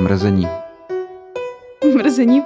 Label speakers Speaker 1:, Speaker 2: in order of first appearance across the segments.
Speaker 1: Mrzení.
Speaker 2: Mrzení.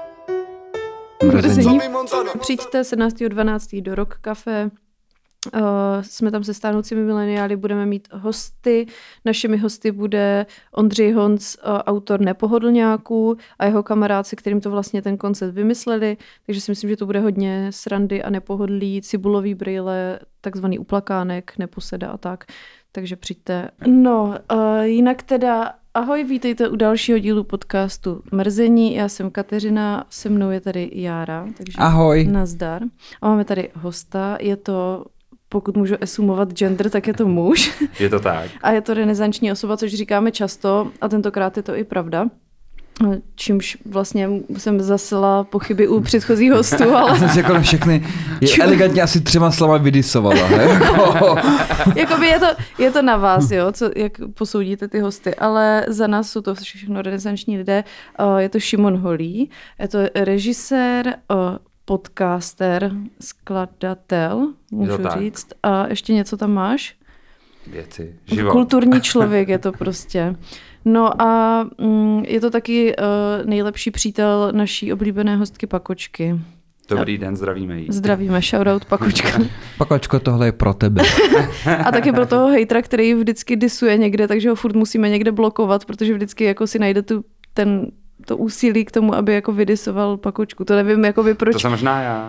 Speaker 2: Přijďte 17.12. do Rock Café. Jsme tam se stárnoucími mileniály, budeme mít hosty. Našimi hosty bude Ondřej Honc, autor Nepohodlňáků a jeho kamarád, se kterým to vlastně ten koncept vymysleli. Takže si myslím, že to bude hodně srandy a nepohodlí, cibulový brýle, takzvaný uplakánek, neposeda a tak. Takže přijďte. No, jinak teda ahoj, vítejte u dalšího dílu podcastu Mrzení. Já jsem Kateřina, se mnou je tady Jára. Takže
Speaker 1: ahoj.
Speaker 2: Nazdar. A máme tady hosta, je to, pokud můžu asumovat gender, tak je to muž.
Speaker 3: Je to tak.
Speaker 2: A je to renesanční osoba, což říkáme často a tentokrát je to i pravda. Čímž vlastně jsem zasila pochyby u předchozích hostů, ale...
Speaker 1: Jsem si jako na všechny elegantně asi 3 slova vydisovala.
Speaker 2: Jakoby je to na vás, jo, jak posoudíte ty hosty, ale za nás jsou to všechno renesanční lidé. Je to Šimon Holý, je to režisér, podcaster, skladatel, můžu říct. A ještě něco tam máš?
Speaker 3: Věci, život.
Speaker 2: Kulturní člověk je to prostě. No a je to taky nejlepší přítel naší oblíbené hostky Pakočky.
Speaker 3: Dobrý den, zdravíme jí.
Speaker 2: Zdravíme, shoutout Pakočka.
Speaker 1: Pakočko, tohle je pro tebe.
Speaker 2: A taky pro toho hejtra, který vždycky disuje někde, takže ho furt musíme někde blokovat, protože vždycky jako si najde to úsilí k tomu, aby jako vydisoval Pakočku. To nevím, jakoby proč.
Speaker 3: To jsem možná já.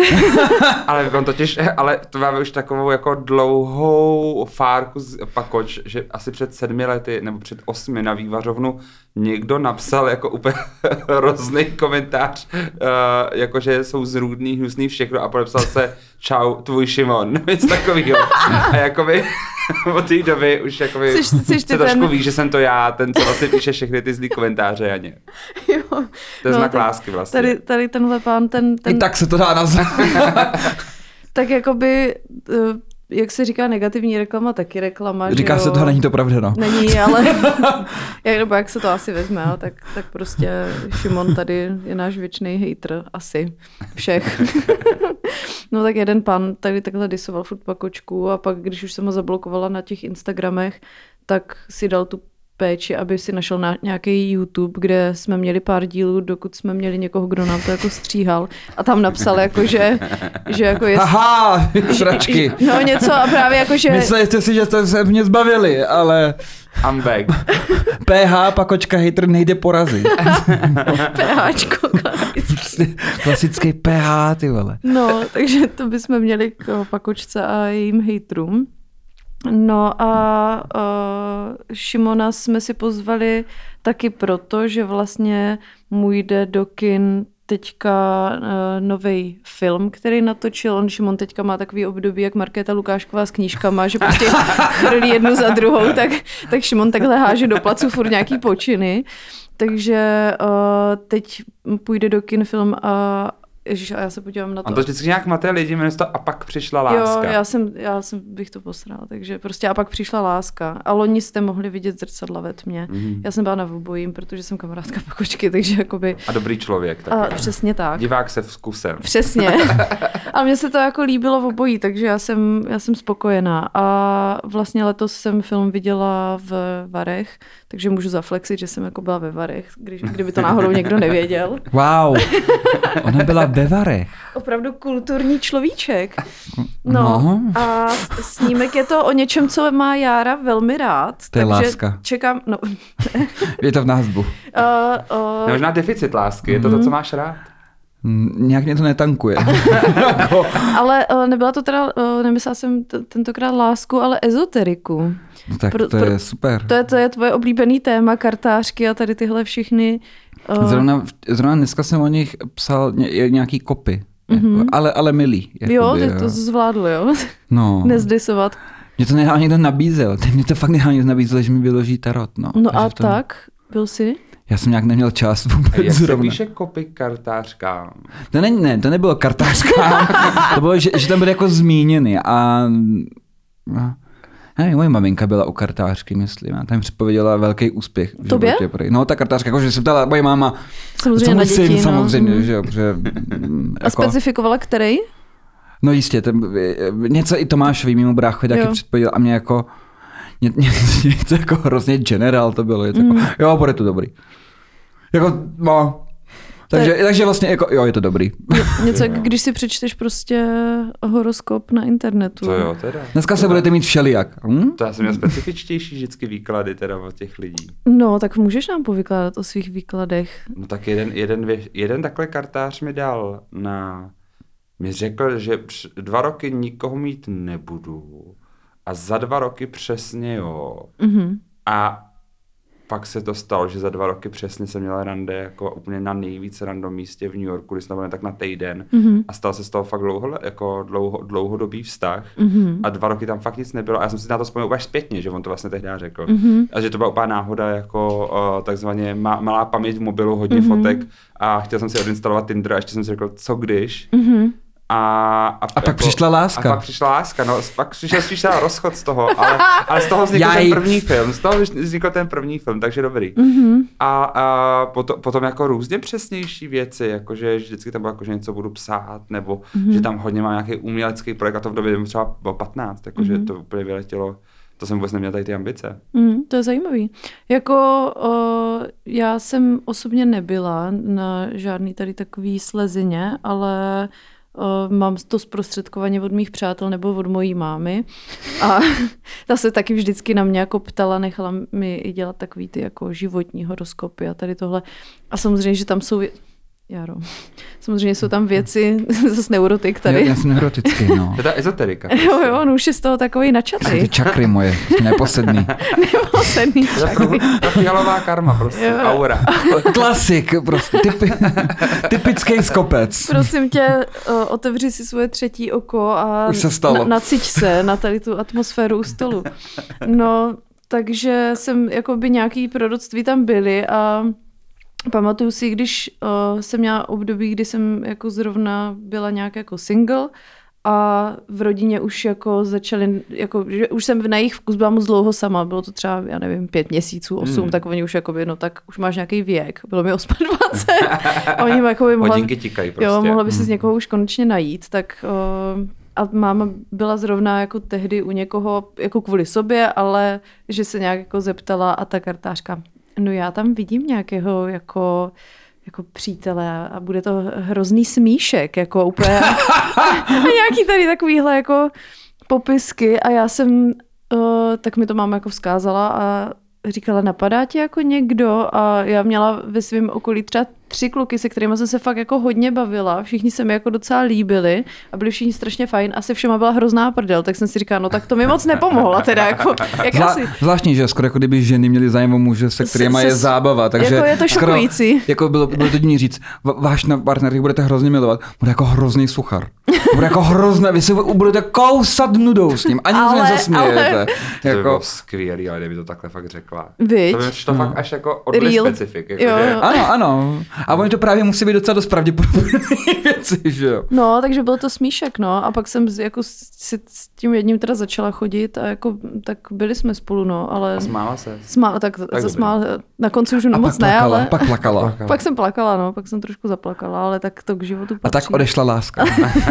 Speaker 3: Ale on totiž, to máme už takovou jako dlouhou fárku z Pakoč, že asi před 7 lety, nebo před 8 na Vývařovnu někdo napsal jako úplně hrozný komentář, jakože jsou zrůdný, hnusný všechno a podepsal se čau, tvůj Šimon, něco takovýho. A jakoby od té doby už jakoby se trošku ví, že jsem to já, ten, co vlastně píše všechny ty zlý komentáře, Janě.
Speaker 2: Jo.
Speaker 3: To je znak lásky vlastně.
Speaker 2: Tady tenhle pán, ten...
Speaker 1: I tak se to dá nazvat.
Speaker 2: Tak jakoby, jak se říká, negativní reklama, taky reklama.
Speaker 1: Říká se to, není to pravda, no.
Speaker 2: Není, ale nebo jak se to asi vezme, tak prostě Šimon tady je náš věčný hejtr, asi všech. No tak jeden pán tady takhle disoval furt Pakočku a pak, když už jsem ho zablokovala na těch Instagramech, tak si dal tu péči, aby si našel nějaký YouTube, kde jsme měli pár dílů, dokud jsme měli někoho, kdo nám to jako stříhal a tam napsal jako, že jako je...
Speaker 1: Aha, sračky.
Speaker 2: No něco a právě jako, že...
Speaker 1: Mysleli jste si, že jste se mě zbavili, ale...
Speaker 3: I'm back.
Speaker 1: PH, Pakočka, hejtr nejde porazit.
Speaker 2: PHčko, klasický.
Speaker 1: Klasický PH, ty vole.
Speaker 2: No, takže to bychom měli k Pakočce a jejím hejtrům. No a Šimona jsme si pozvali taky proto, že vlastně mu jde do kin teďka novej film, který natočil. Šimon teďka má takový období, jak Markéta Lukášková s knížkama, že prostě chrlí jednu za druhou, tak Šimon takhle háže do placu furt nějaký počiny. Takže teď půjde do kin film a Ježiš, a já se podívám na to.
Speaker 3: On to vždycky nějak maté lidi, jmenuje to A pak přišla láska.
Speaker 2: Jo, já jsem bych to posrala, takže prostě A pak přišla láska. A loni jste mohli vidět Zrcadla ve tmě. Mm-hmm. Já jsem byla na obojím, protože jsem kamarádka Pakočky, takže jakoby...
Speaker 3: A dobrý člověk taky.
Speaker 2: A přesně tak.
Speaker 3: Divák se vkusem.
Speaker 2: Přesně. A mně se to jako líbilo v obojí, takže já jsem spokojená. A vlastně letos jsem film viděla v Varech, takže můžu zaflexit, že jsem jako byla ve Varech, kdyby to náhodou někdo nevěděl.
Speaker 1: Wow, ona byla ve Varech.
Speaker 2: Opravdu kulturní človíček. No. A snímek je to o něčem, co má Jára velmi rád.
Speaker 1: To je
Speaker 2: takže
Speaker 1: láska.
Speaker 2: Čekám, no.
Speaker 1: Je to v názvu.
Speaker 3: Možná deficit lásky, je to, co máš rád?
Speaker 1: Nějak mě to netankuje.
Speaker 2: Ale nebyla to teda, nemyslela jsem tentokrát lásku, ale ezoteriku.
Speaker 1: No tak to je super.
Speaker 2: To je tvoje oblíbený téma, kartářky a tady tyhle všechny.
Speaker 1: Zrovna dneska jsem o nich psal nějaký kopy, ale milý.
Speaker 2: Jakoby, jo, to zvládl, jo?
Speaker 1: No.
Speaker 2: Nezdisovat.
Speaker 1: Mě to nedávno někdo nabízel, mě to fakt nedávno někdo nabízel, že mi vyloží tarot.
Speaker 2: No a tak, byl jsi?
Speaker 1: Já jsem nějak neměl čas vůbec.
Speaker 3: A jak se píše kopy kartářkám?
Speaker 1: To nebylo kartářkám, to bylo, že tam byly jako zmíněny a nevím, moje maminka byla u kartářky, myslím, a tam předpověděla velký úspěch.
Speaker 2: Tobě?
Speaker 1: No, ta kartářka, jakože se ptala moje máma,
Speaker 2: samozřejmě na děti, no.
Speaker 1: Samozřejmě, že jo, že...
Speaker 2: A specifikovala který?
Speaker 1: No jistě, něco i Tomášovi, mému bráchovi taky předpověděl a mě jako něco jako hrozně generál to bylo. Jako, jo, bude to dobrý. Jako, no. Takže vlastně jako, jo, je to dobrý.
Speaker 2: Něco, když si přečteš prostě horoskop na internetu.
Speaker 3: To jo, teda.
Speaker 1: Dneska se budete mít všelijak.
Speaker 3: To já jsem měl specifičtější vždycky výklady teda od těch lidí.
Speaker 2: No, tak můžeš nám povykládat o svých výkladech.
Speaker 3: No tak jeden takhle kartář mi dal mi řekl, že 2 roky nikoho mít nebudu a za 2 roky přesně jo.
Speaker 2: Mhm.
Speaker 3: A pak se to stalo, že za 2 roky přesně jsem měla rande jako úplně na nejvíc random místě v New Yorku, když jsme byli tak na týden. A stal se z toho fakt dlouhodobý vztah. A 2 roky tam fakt nic nebylo. A já jsem si na to vzpomněl úplně zpětně, že on to vlastně tehdy řekl. A že to byla úplná náhoda, jako takzvaně malá paměť v mobilu, hodně fotek. A chtěl jsem si odinstalovat Tinder a ještě jsem si řekl, co když. A
Speaker 1: pak jako, přišla láska.
Speaker 3: A pak přišla láska, no, pak přišel rozchod z toho, ale z toho vznikl ten první film, takže dobrý. A potom jako různě přesnější věci, jakože vždycky tam bylo jako, že něco budu psát, nebo že tam hodně mám nějaký umělecký projekt, a to v době třeba bylo 15, jakože to úplně vyletělo. To jsem vůbec neměl tady ty ambice.
Speaker 2: To je zajímavý. Jako já jsem osobně nebyla na žádný tady takový slezině, ale mám to zprostředkovaně od mých přátel nebo od mojí mámy. A ta se taky vždycky na mě jako ptala, nechala mi i dělat takový ty jako životní horoskopy a tady tohle. A samozřejmě, že tam jsou... Jaro. Samozřejmě jsou tam věci zase neurotik tady.
Speaker 1: Já jsem neurotický, no.
Speaker 3: To je ta ezoterika.
Speaker 2: Jo, on už je z toho takový načatý.
Speaker 1: Ty čakry moje, neposedný.
Speaker 2: Neposedný čakry.
Speaker 3: Ta fialová karma, prostě, jo. Aura.
Speaker 1: Klasik, prostě, typický skopec.
Speaker 2: Prosím tě, otevři si svoje třetí oko a
Speaker 1: už se stalo.
Speaker 2: Naciť se na tady tu atmosféru u stolu. No, takže jsem, jakoby nějaký proroctví tam byly a pamatuju si, když jsem měla období, kdy jsem jako zrovna byla nějak jako single a v rodině už jako začali, jako, že už jsem na jejich vkus byla moc dlouho sama, bylo to třeba, já nevím, 5 měsíců, 8, tak oni už jakoby, no tak už máš nějaký věk, bylo mi 28. A oni jakoby
Speaker 3: hodinky tikají prostě.
Speaker 2: Jo, mohla by si z někoho už konečně najít, tak... A máma byla zrovna jako tehdy u někoho jako kvůli sobě, ale že se nějak jako zeptala a ta kartářka, no já tam vidím nějakého jako přítele a bude to hrozný smíšek, jako úplně a nějaký tady takovýhle jako popisky a já jsem, tak mi to máma jako vzkázala a říkala, napadá tě jako někdo? A já měla ve svém okolí třeba 3 kluky, se kterými jsem se fakt jako hodně bavila. Všichni se mi jako docela líbili a byli všichni strašně fajn a se všema byla hrozná prdel. Tak jsem si říkala, no tak to mi moc nepomohlo. Teda jako, jak asi...
Speaker 1: Zvláštní, že skoro jako kdyby ženy měly zájem o muže, se kterýma je zábava. Takže
Speaker 2: jako je to šokující.
Speaker 1: Jako bylo to divný říct, váš partner budete hrozně milovat, bude jako hrozný suchar. Bude jako hrozné, vy se budete kousat nudou s ním, ani se nezasmějete.
Speaker 3: To by bylo skvělý, ale kdyby to takhle fakt řekla.
Speaker 2: Viď?
Speaker 3: To by to fakt až jako odli specifik. Jako,
Speaker 2: jo.
Speaker 1: Ano. A oni to právě musí být docela dost pravděpodobné věci, že jo?
Speaker 2: No, takže byl to smíšek, no. A pak jsem jako si s tím jedním teda začala chodit a jako, tak byli jsme spolu, no, ale...
Speaker 3: A smála se?
Speaker 2: Tak zasmála, na konci už moc
Speaker 1: plakala,
Speaker 2: ne, ale...
Speaker 1: Pak plakala.
Speaker 2: Pak jsem plakala, no, pak jsem trošku zaplakala, ale tak to k životu patří.
Speaker 1: A tak odešla láska.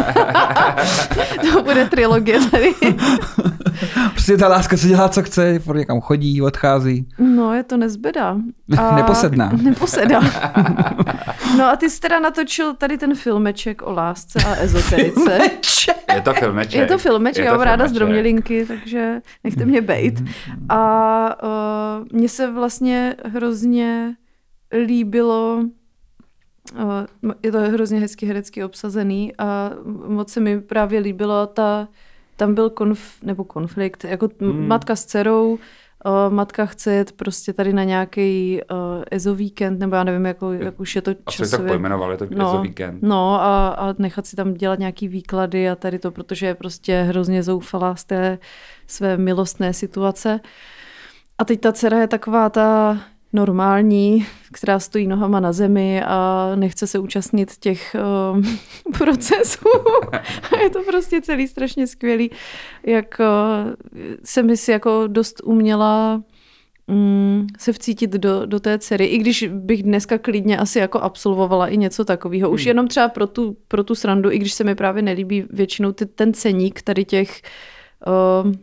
Speaker 2: To bude trilogie tady.
Speaker 1: Prostě ta láska se dělá, co chce, někam chodí, odchází.
Speaker 2: No, je to nezběda. Neposedá. No a ty jsi teda natočil tady ten filmeček o lásce a ezoterice.
Speaker 3: Je to filmeček.
Speaker 2: Je to filmeček, já mám ráda zdromělinky, takže nechte mě bejt. A mně se vlastně hrozně líbilo, je to hrozně hezky herecky obsazený a moc se mi právě líbilo, tam byl konflikt, jako matka s dcerou, matka chce jet prostě tady na nějaký ezovíkend, nebo já nevím, jak už je to časově.
Speaker 3: Asi tak pojmenovali, je to ezovíkend.
Speaker 2: No a nechat si tam dělat nějaký výklady a tady to, protože je prostě hrozně zoufalá z té své milostné situace. A teď ta dcera je taková ta normální, která stojí nohama na zemi a nechce se účastnit těch procesů. A je to prostě celý strašně skvělý, jak jsem si jako dost uměla se vcítit do té dcery, i když bych dneska klidně asi jako absolvovala i něco takového. Už jenom třeba pro tu srandu, i když se mi právě nelíbí většinou ten ceník tady těch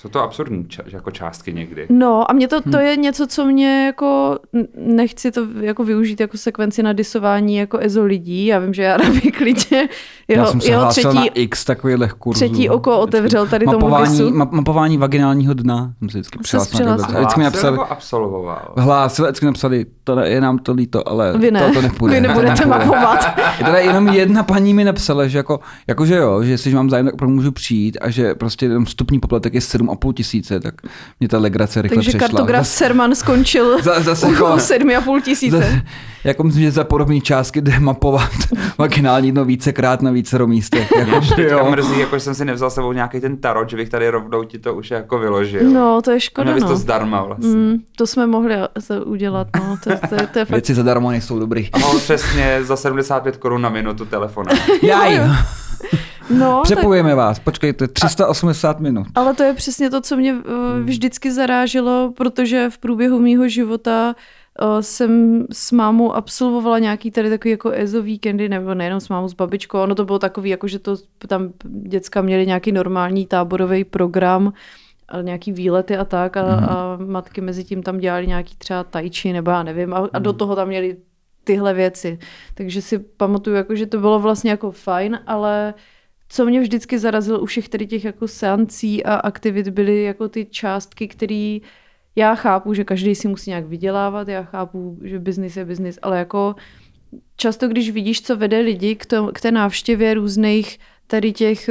Speaker 3: Jsou to absurdní jako částky někdy.
Speaker 2: No a mě to je něco, co mě jako, nechci to jako využít jako sekvenci na disování jako EZO lidí. Já vím, že já Rabi klidně
Speaker 1: já jsem se hlásil na X takových kurzů.
Speaker 2: Třetí oko otevřel tady tomu visu.
Speaker 1: Mapování vaginálního dna. Jsem se vždycky
Speaker 3: hlásil nebo absolvoval?
Speaker 1: Hlásil, vždycky napsali, je nám to líto, ale to nepůjde.
Speaker 2: Vy nebudete mapovat.
Speaker 1: Teda jenom jedna paní mi napsala, že jakože jo, že jestli mám zájem, tak opravdu můžu přijít a že prostě vstupní poplatek je 7,5 tisíce, tak mě ta legrace rychle
Speaker 2: přešla. Takže kartograf Serman skončil zase 7,5 tisíce.
Speaker 1: Jako myslím, že za podobné částky jde mapovat vaginální dno vícekrát na vícero místech.
Speaker 3: Jako, mrzí, jako jsem si nevzal sebou nějaký ten tarot, že bych tady rovnou ti to už jako vyložil.
Speaker 2: No, to je škoda.
Speaker 3: Měl bys to zdarma vlastně.
Speaker 2: To jsme mohli udělat, no. To je
Speaker 1: věci zadarmo nejsou dobrý.
Speaker 3: Přesně za 75 Kč na minutu telefona.
Speaker 1: Jaj!
Speaker 2: No,
Speaker 1: přepojujeme vás, počkejte, 380 minut.
Speaker 2: Ale to je přesně to, co mě vždycky zaráželo, protože v průběhu mýho života jsem s mámou absolvovala nějaký tady takový jako EZO víkendy, nebo nejenom s mámou, s babičkou. Ono to bylo takový, jako že to tam děcka měly nějaký normální táborový program, nějaký výlety a tak a matky mezi tím tam dělali nějaký třeba tai chi, nebo já nevím, a do toho tam měli tyhle věci. Takže si pamatuju, jako, že to bylo vlastně jako fajn, ale co mě vždycky zarazilo u všech tady těch jako seancí a aktivit byly jako ty částky, které já chápu, že každý si musí nějak vydělávat, já chápu, že biznis je biznis, ale jako často, když vidíš, co vede lidi k té návštěvě různých tady těch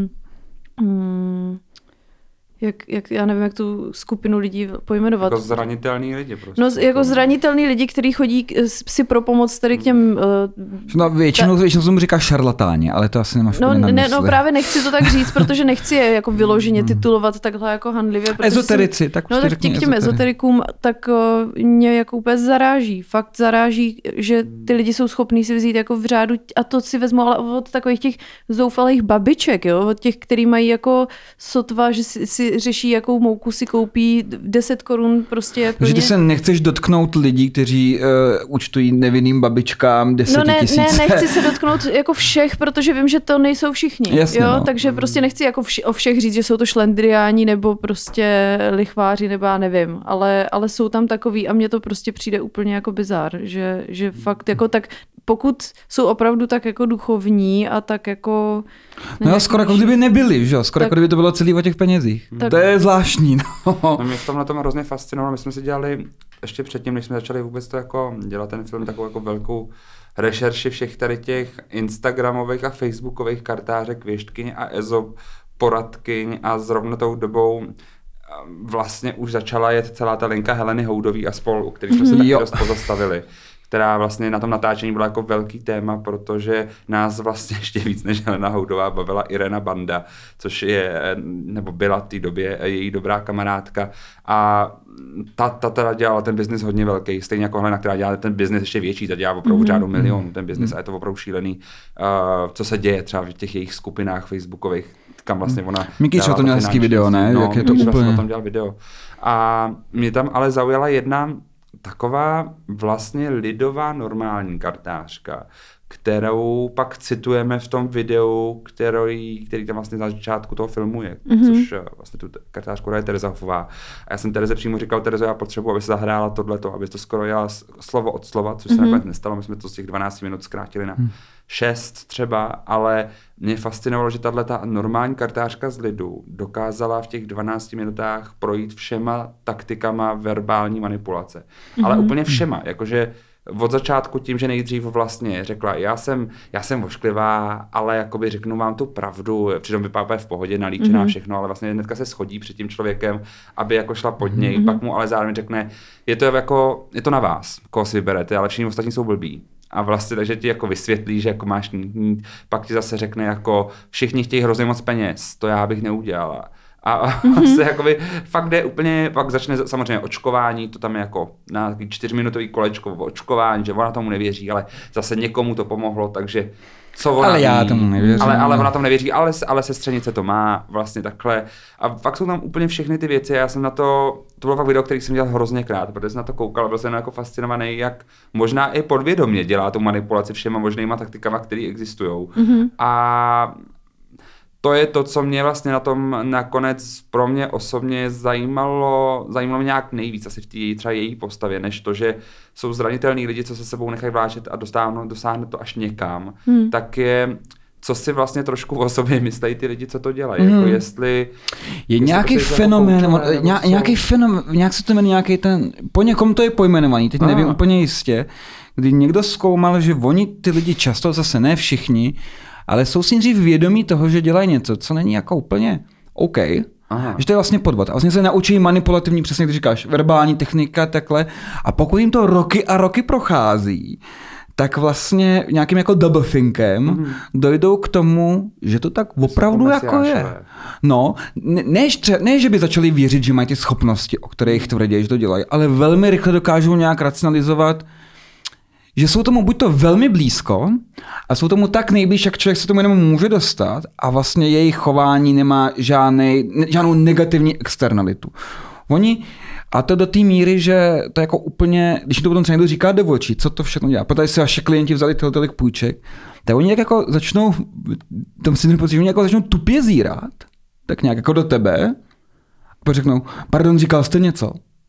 Speaker 2: já nevím, jak tu skupinu lidí pojmenovat.
Speaker 3: Jako zranitelný lidi prostě.
Speaker 2: No, jako zranitelný lidi, kteří chodí si pro pomoc tady k těm...
Speaker 1: No, většinou se mu říká šarlatáni, ale to asi nemáš na mysli.
Speaker 2: No právě nechci to tak říct, protože nechci je jako vyloženě titulovat takhle jako handlivě.
Speaker 1: Ezoterici, tak
Speaker 2: no, tak k těm ezoterikům, tak mě jako úplně zaráží. Fakt zaráží, že ty lidi jsou schopní si vzít jako v řádu, a to si vezmu ale od takových těch zoufalých babiček, jo, od těch, který mají jako sotva, že si řeší, jakou mouku si koupí 10 korun prostě.
Speaker 1: Takže ty se nechceš dotknout lidí, kteří účtují nevinným babičkám 10 000.
Speaker 2: Ne, nechci se dotknout jako všech, protože vím, že to nejsou všichni.
Speaker 1: Jasně,
Speaker 2: jo?
Speaker 1: No.
Speaker 2: Takže prostě nechci jako o všech říct, že jsou to šlendriáni nebo prostě lichváři, nebo já nevím, ale jsou tam takový a mně to prostě přijde úplně jako bizár, že fakt jako tak, pokud jsou opravdu tak jako duchovní a tak jako...
Speaker 1: No jo, skoro jako kdyby nebyli, že jo? Skoro tak, jako kdyby to bylo celý o těch penězích. Tak, to je zvláštní, no.
Speaker 3: Mě v tomhle tom hrozně fascinovalo. My jsme si dělali, ještě předtím, než jsme začali vůbec to jako dělat ten film, takovou jako velkou rešerši všech tady těch instagramových a facebookových kartářek, věštkyň a EZO poradkyň a zrovna tou dobou vlastně už začala jet celá ta linka Heleny Houdový a spol, u kterých jsme se taky dost pozastavili, která vlastně na tom natáčení byla jako velký téma, protože nás vlastně ještě víc než Helena Houdová bavila Irena Banda, což je, nebo byla v té době její dobrá kamarádka a ta teda dělala ten biznis hodně velký, stejně jako Helena, která dělala ten biznis ještě větší, ta dělá opravdu řádu milionů ten biznis a je to opravdu šílený, co se děje třeba v těch jejich skupinách facebookových, kam vlastně ona...
Speaker 1: Mikič o tom měl hezký video, ne?
Speaker 3: No,
Speaker 1: jak je to úplně...
Speaker 3: vlastně o tom dělal video. A mě tam ale zaujala jedna taková vlastně lidová normální kartářka, kterou pak citujeme v tom videu, který tam vlastně na začátku toho filmu je, což vlastně tu kartářku hraje Tereza Hofová. A já jsem Tereze přímo říkal, Terezo, já potřebuji, aby se zahrála tohleto, aby to skoro jela slovo od slova, což se nakonec nestalo, my jsme to z těch 12 minut zkrátili na 6 třeba, ale mě fascinovalo, že tato normální kartářka z lidu dokázala v těch 12 minutách projít všema taktikama verbální manipulace. Ale úplně všema, jakože od začátku tím, že nejdřív vlastně řekla, já jsem ošklivá, ale jakoby řeknu vám tu pravdu, přitom vypadá v pohodě, nalíčená všechno, ale vlastně hnedka se schodí před tím člověkem, aby jako šla pod něj, pak mu ale zároveň řekne, je to na vás, koho si vyberete, ale všichni ostatní jsou blbí. A vlastně takže ti jako vysvětlí, že jako máš pak ti zase řekne jako všichni chtějí hrozně moc peněz, to já bych neudělala. A vlastně jakoby fakt jde úplně, pak začne samozřejmě očkování, to tam je jako na 4minutový kolečko očkování, že ona tomu nevěří, ale zase někomu to pomohlo, takže co ona
Speaker 1: ale
Speaker 3: ví,
Speaker 1: já tomu nevěřím.
Speaker 3: Ale ona tomu nevěří, ale sestřenice to má vlastně takhle. A fakt jsou tam úplně všechny ty věci. Já jsem na to bylo fakt video, který jsem dělal hrozně krát, protože jsem na to koukal a byl jsem jako fascinovaný, jak možná i podvědomě dělá tu manipulaci všema možnýma taktikama, které existují. A to je to, co mě vlastně na tom nakonec pro mě osobně zajímalo mě nějak nejvíc asi v té třeba její postavě, než to, že jsou zranitelní lidi, co se sebou nechají vláčet a dosáhne to až někam, tak je, co si vlastně trošku o sobě myslejí ty lidi, co to dělají, jako jestli
Speaker 1: nějaký fenomén, nějaký fenomén, nějak se to jmenuje, nějaký ten, po někom to je pojmenovaný, teď nevím úplně jistě, kdy někdo zkoumal, že oni ty lidi často, zase ne všichni, ale jsou si dřív vědomí toho, že dělají něco, co není jako úplně OK. Aha. Že to je vlastně podvod. A vlastně se naučí manipulativní, přesně když říkáš, verbální technika, takhle. A pokud jim to roky a roky prochází, tak vlastně nějakým jako double thinkem dojdou k tomu, že to tak opravdu jako je. No, ne, že by začali věřit, že mají ty schopnosti, o kterých tvrdí, že to dělají, ale velmi rychle dokážou nějak racionalizovat, že jsou tomu buď to velmi blízko a jsou tomu tak nejblíž, jak člověk se tomu jenom může dostat a vlastně jejich chování nemá žádnou negativní externalitu. Oni, a to do té míry, že to jako úplně, když to potom třeba někdo říká do očí, co to všechno dělá, protože si vaše klienti vzali tolik půjček, tak oni jako začnou, tom si nepocítí, oni jako začnou tupě zírat, tak nějak jako do tebe, a pak řeknou, pardon, říkal jste něco?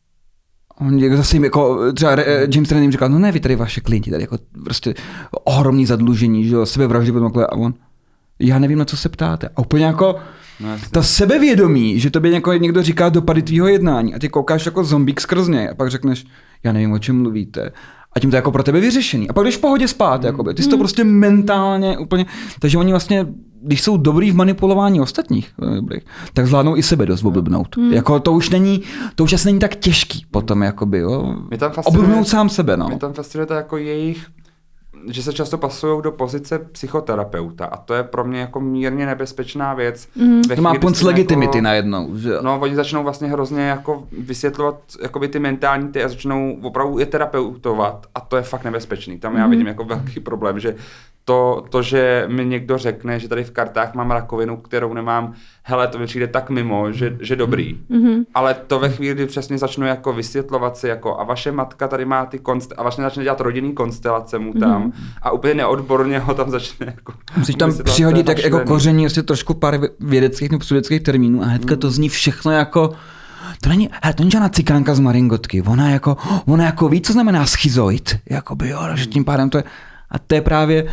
Speaker 1: On zase jim jako, třeba James Rand jim říkal, no ne, vy tady vaše klienti, tady jako prostě ohromný zadlužení, že jo, sebevraždy potom a on, já nevím, na co se ptáte. A úplně jako to sebevědomí, že tobě někdo říká dopady tvýho jednání a ty koukáš jako zombík skrz něj a pak řekneš, já nevím, o čem mluvíte. A tím to je jako pro tebe vyřešený. A pak jdeš v pohodě spát, jakoby. Ty jsi to prostě mentálně úplně, takže oni vlastně, když jsou dobrý v manipulování ostatních, tak zvládnou i sebe dost oblbnout. Jako to už asi není tak těžký potom, jakoby, jo. Oblbnout sám sebe, no.
Speaker 3: Mě tam fascinuje to jako jejich, že se často pasují do pozice psychoterapeuta a to je pro mě jako mírně nebezpečná věc.
Speaker 1: To má punc legitimity najednou. Že?
Speaker 3: No, oni začnou vlastně hrozně jako vysvětlovat jakoby ty mentální a začnou opravdu je terapeutovat a to je fakt nebezpečný. Tam já vidím jako velký problém, že to, že mi někdo řekne, že tady v kartách mám rakovinu, kterou nemám, hele, to mi přijde tak mimo, že dobrý. Ale to ve chvíli, kdy přesně začnu jako vysvětlovat si, jako a vaše matka tady má ty a vlastně začne dělat rodinný konstelace mu tam a úplně neodborně ho tam začne jako
Speaker 1: musíš tam přihodit jako koření asi trošku pár vědeckých nebo pseudeckých termínů a hnedka to zní všechno jako to není žádná cikánka z Maringotky, ona jako ví, co znamená schizoid, jakoby jo, že tím pádem to je. A to je právě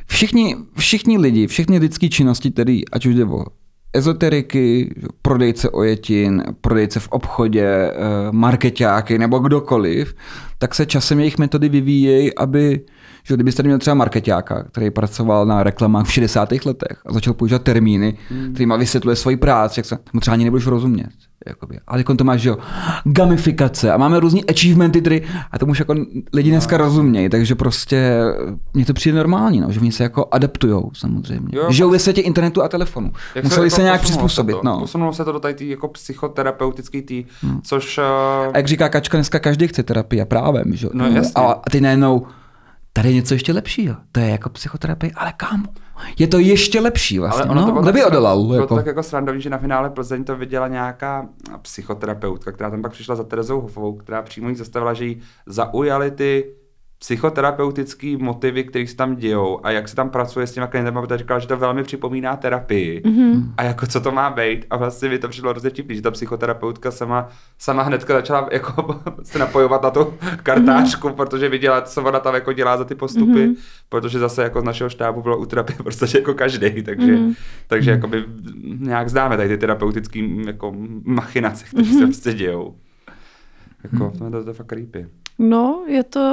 Speaker 1: všichni lidi, všechny lidské činnosti, který, ať už jde o ezoteriky, prodejce ojetin, prodejce v obchodě, markeťáky nebo kdokoliv, tak se časem jejich metody vyvíjejí, aby, že kdybyste měl třeba markeťáka, který pracoval na reklamách v 60. letech a začal používat termíny, kterýma vysvětluje svoji práci, jak se mu třeba ani nebudeš rozumět. Jakoby. Ale jako to máš, že jo, gamifikace a máme různý achievementy, a tomu už jako lidi dneska rozumějí, takže prostě mně to přijde normální, no, že oni se jako adaptujou samozřejmě. Jo, žijou ve světě internetu a telefonu. Museli se nějak přizpůsobit.
Speaker 3: Posunulo se to do tady tý jako psychoterapeutický což...
Speaker 1: A jak říká Kačka, dneska každý chce terapii a právem, že jo.
Speaker 3: No, jasně.
Speaker 1: A ty najednou, tady je něco ještě lepšího. To je jako psychoterapie, ale kam? Je to ještě lepší vlastně. Ale kdo by odolal?
Speaker 3: Bylo to tak jako srandovní, že na finále Plzeň to viděla nějaká psychoterapeutka, která tam pak přišla za Terezou Hofovou, která přímo jí zastavila, že jí zaujaly ty psychoterapeutický motivy, které se tam dějou a jak se tam pracuje s těma klientama, protože říkala, že to velmi připomíná terapii a jako co to má být a vlastně mi to přišlo hrozně vtipný, že ta psychoterapeutka sama hnedka začala jako se napojovat na tu kartářku, protože viděla, co ona tam jako dělá za ty postupy, protože zase jako z našeho štábu bylo u terapie prostě jako každej, takže jakoby nějak známe tady ty terapeutický jako machinace, které se prostě dějou. Jako, to je fakt creepy.
Speaker 2: No,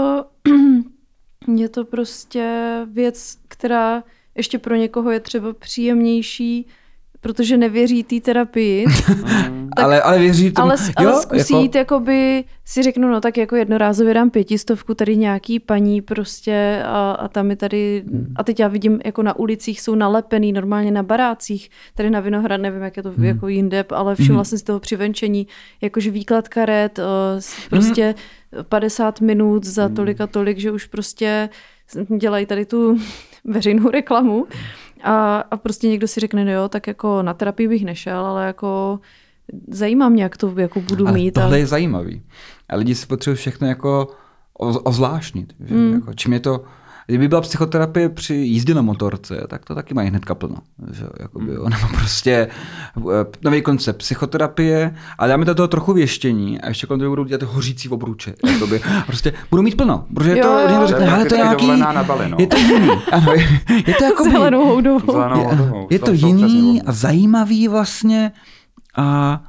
Speaker 2: je to prostě věc, která ještě pro někoho je třeba příjemnější, protože nevěří té terapii.
Speaker 1: ale věří tomu.
Speaker 2: Ale zkusí jít, jakoby si řeknu, no tak jako jednorázově dám 500, tady nějaký paní prostě a tam je tady, a teď já vidím, jako na ulicích jsou nalepený, normálně na barácích, tady na Vinohrad, nevím, jak je to jako jinde, ale všem vlastně z toho přivenčení, jakože výklad karet, prostě 50 minut za tolik a tolik, že už prostě dělají tady tu veřejnou reklamu. A prostě někdo si řekne, no jo, tak jako na terapii bych nešel, ale jako zajímá mě, jak to jako budu mít.
Speaker 1: Tohle je zajímavý. A lidi si potřebují všechno jako ozvláštnit. Že? Jako, čím je to, kdyby byla psychoterapie při jízdě na motorce, tak to taky mají hnedka plno. Že? Jakoby, nebo prostě nový koncept psychoterapie, ale dáme to toho trochu věštění a ještě kolem toho budou dělat hořící obruče. Jakoby. Prostě budou mít plno, protože to řekne, ale to je nějaký, je to jiný. Ano, je to jakoby,
Speaker 2: zelenou houdovou.
Speaker 1: Je to jiný a zajímavý vlastně a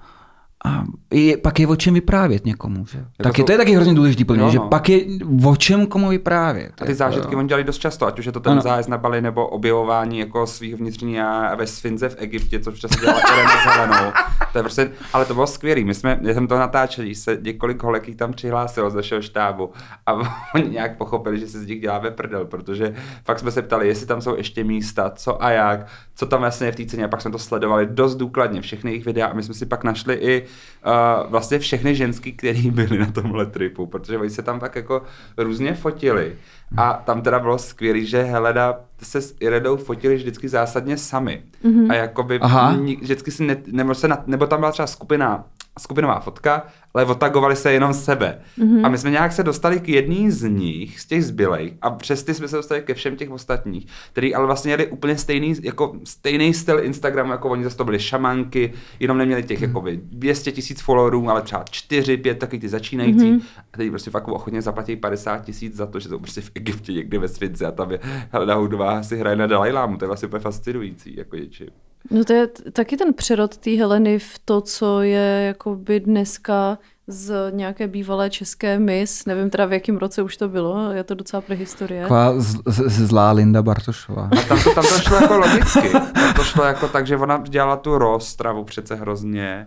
Speaker 1: pak je o čem vyprávět někomu. Že? To je taky hrozně důležitý plně, že pak je o čem komu vyprávět.
Speaker 3: A ty zážitky oni dělali dost často, ať už je to ten zájezd na Bali nebo objevování jako svých vnitřní já ve Sfinze v Egyptě, což přesně dělala Irena Zelenou. To je prostě, ale to bylo skvělý. My jsme to natáčeli, se několik holek tam přihlásilo z našeho štábu a oni nějak pochopili, že se z nich děláme prdel, protože fakt jsme se ptali, jestli tam jsou ještě místa, co a jak, co tam vlastně je v té ceně, a pak jsme to sledovali dost důkladně, všechny jejich videa, a my jsme si pak našli i vlastně všechny ženský, který byli na tomhle tripu, protože oni se tam tak jako různě fotili a tam teda bylo skvělý, že Helena se s Irenou fotili vždycky zásadně sami a jakoby vždycky si nebo tam byla třeba skupinová fotka, ale otagovali se jenom sebe. A my jsme nějak se dostali k jedný z nich, z těch zbylejch, a přes ty jsme se dostali ke všem těch ostatních, který ale vlastně měli úplně stejný styl Instagramu, jako oni zase to byli šamanky, jenom neměli těch jakoby 200 000 followerů, ale třeba 4, 5 takový ty začínající, a teď prostě fakt ochotně zaplatí 50 000 za to, že jsou prostě v Egyptě někde ve Sfinze a tam je Helena Houdová si hraje na Dalajlámu, to je vlastně úplně fascinující, jako něčím.
Speaker 2: No to je taky ten přerod té Heleny v to, co je jakoby dneska z nějaké bývalé české Miss, nevím teda v jakém roce už to bylo, je to docela prehistorie.
Speaker 1: Taková zlá Linda Bartošová.
Speaker 3: A tam to šlo jako logicky, tam to šlo jako tak, že ona dělala tu rozstravu přece hrozně.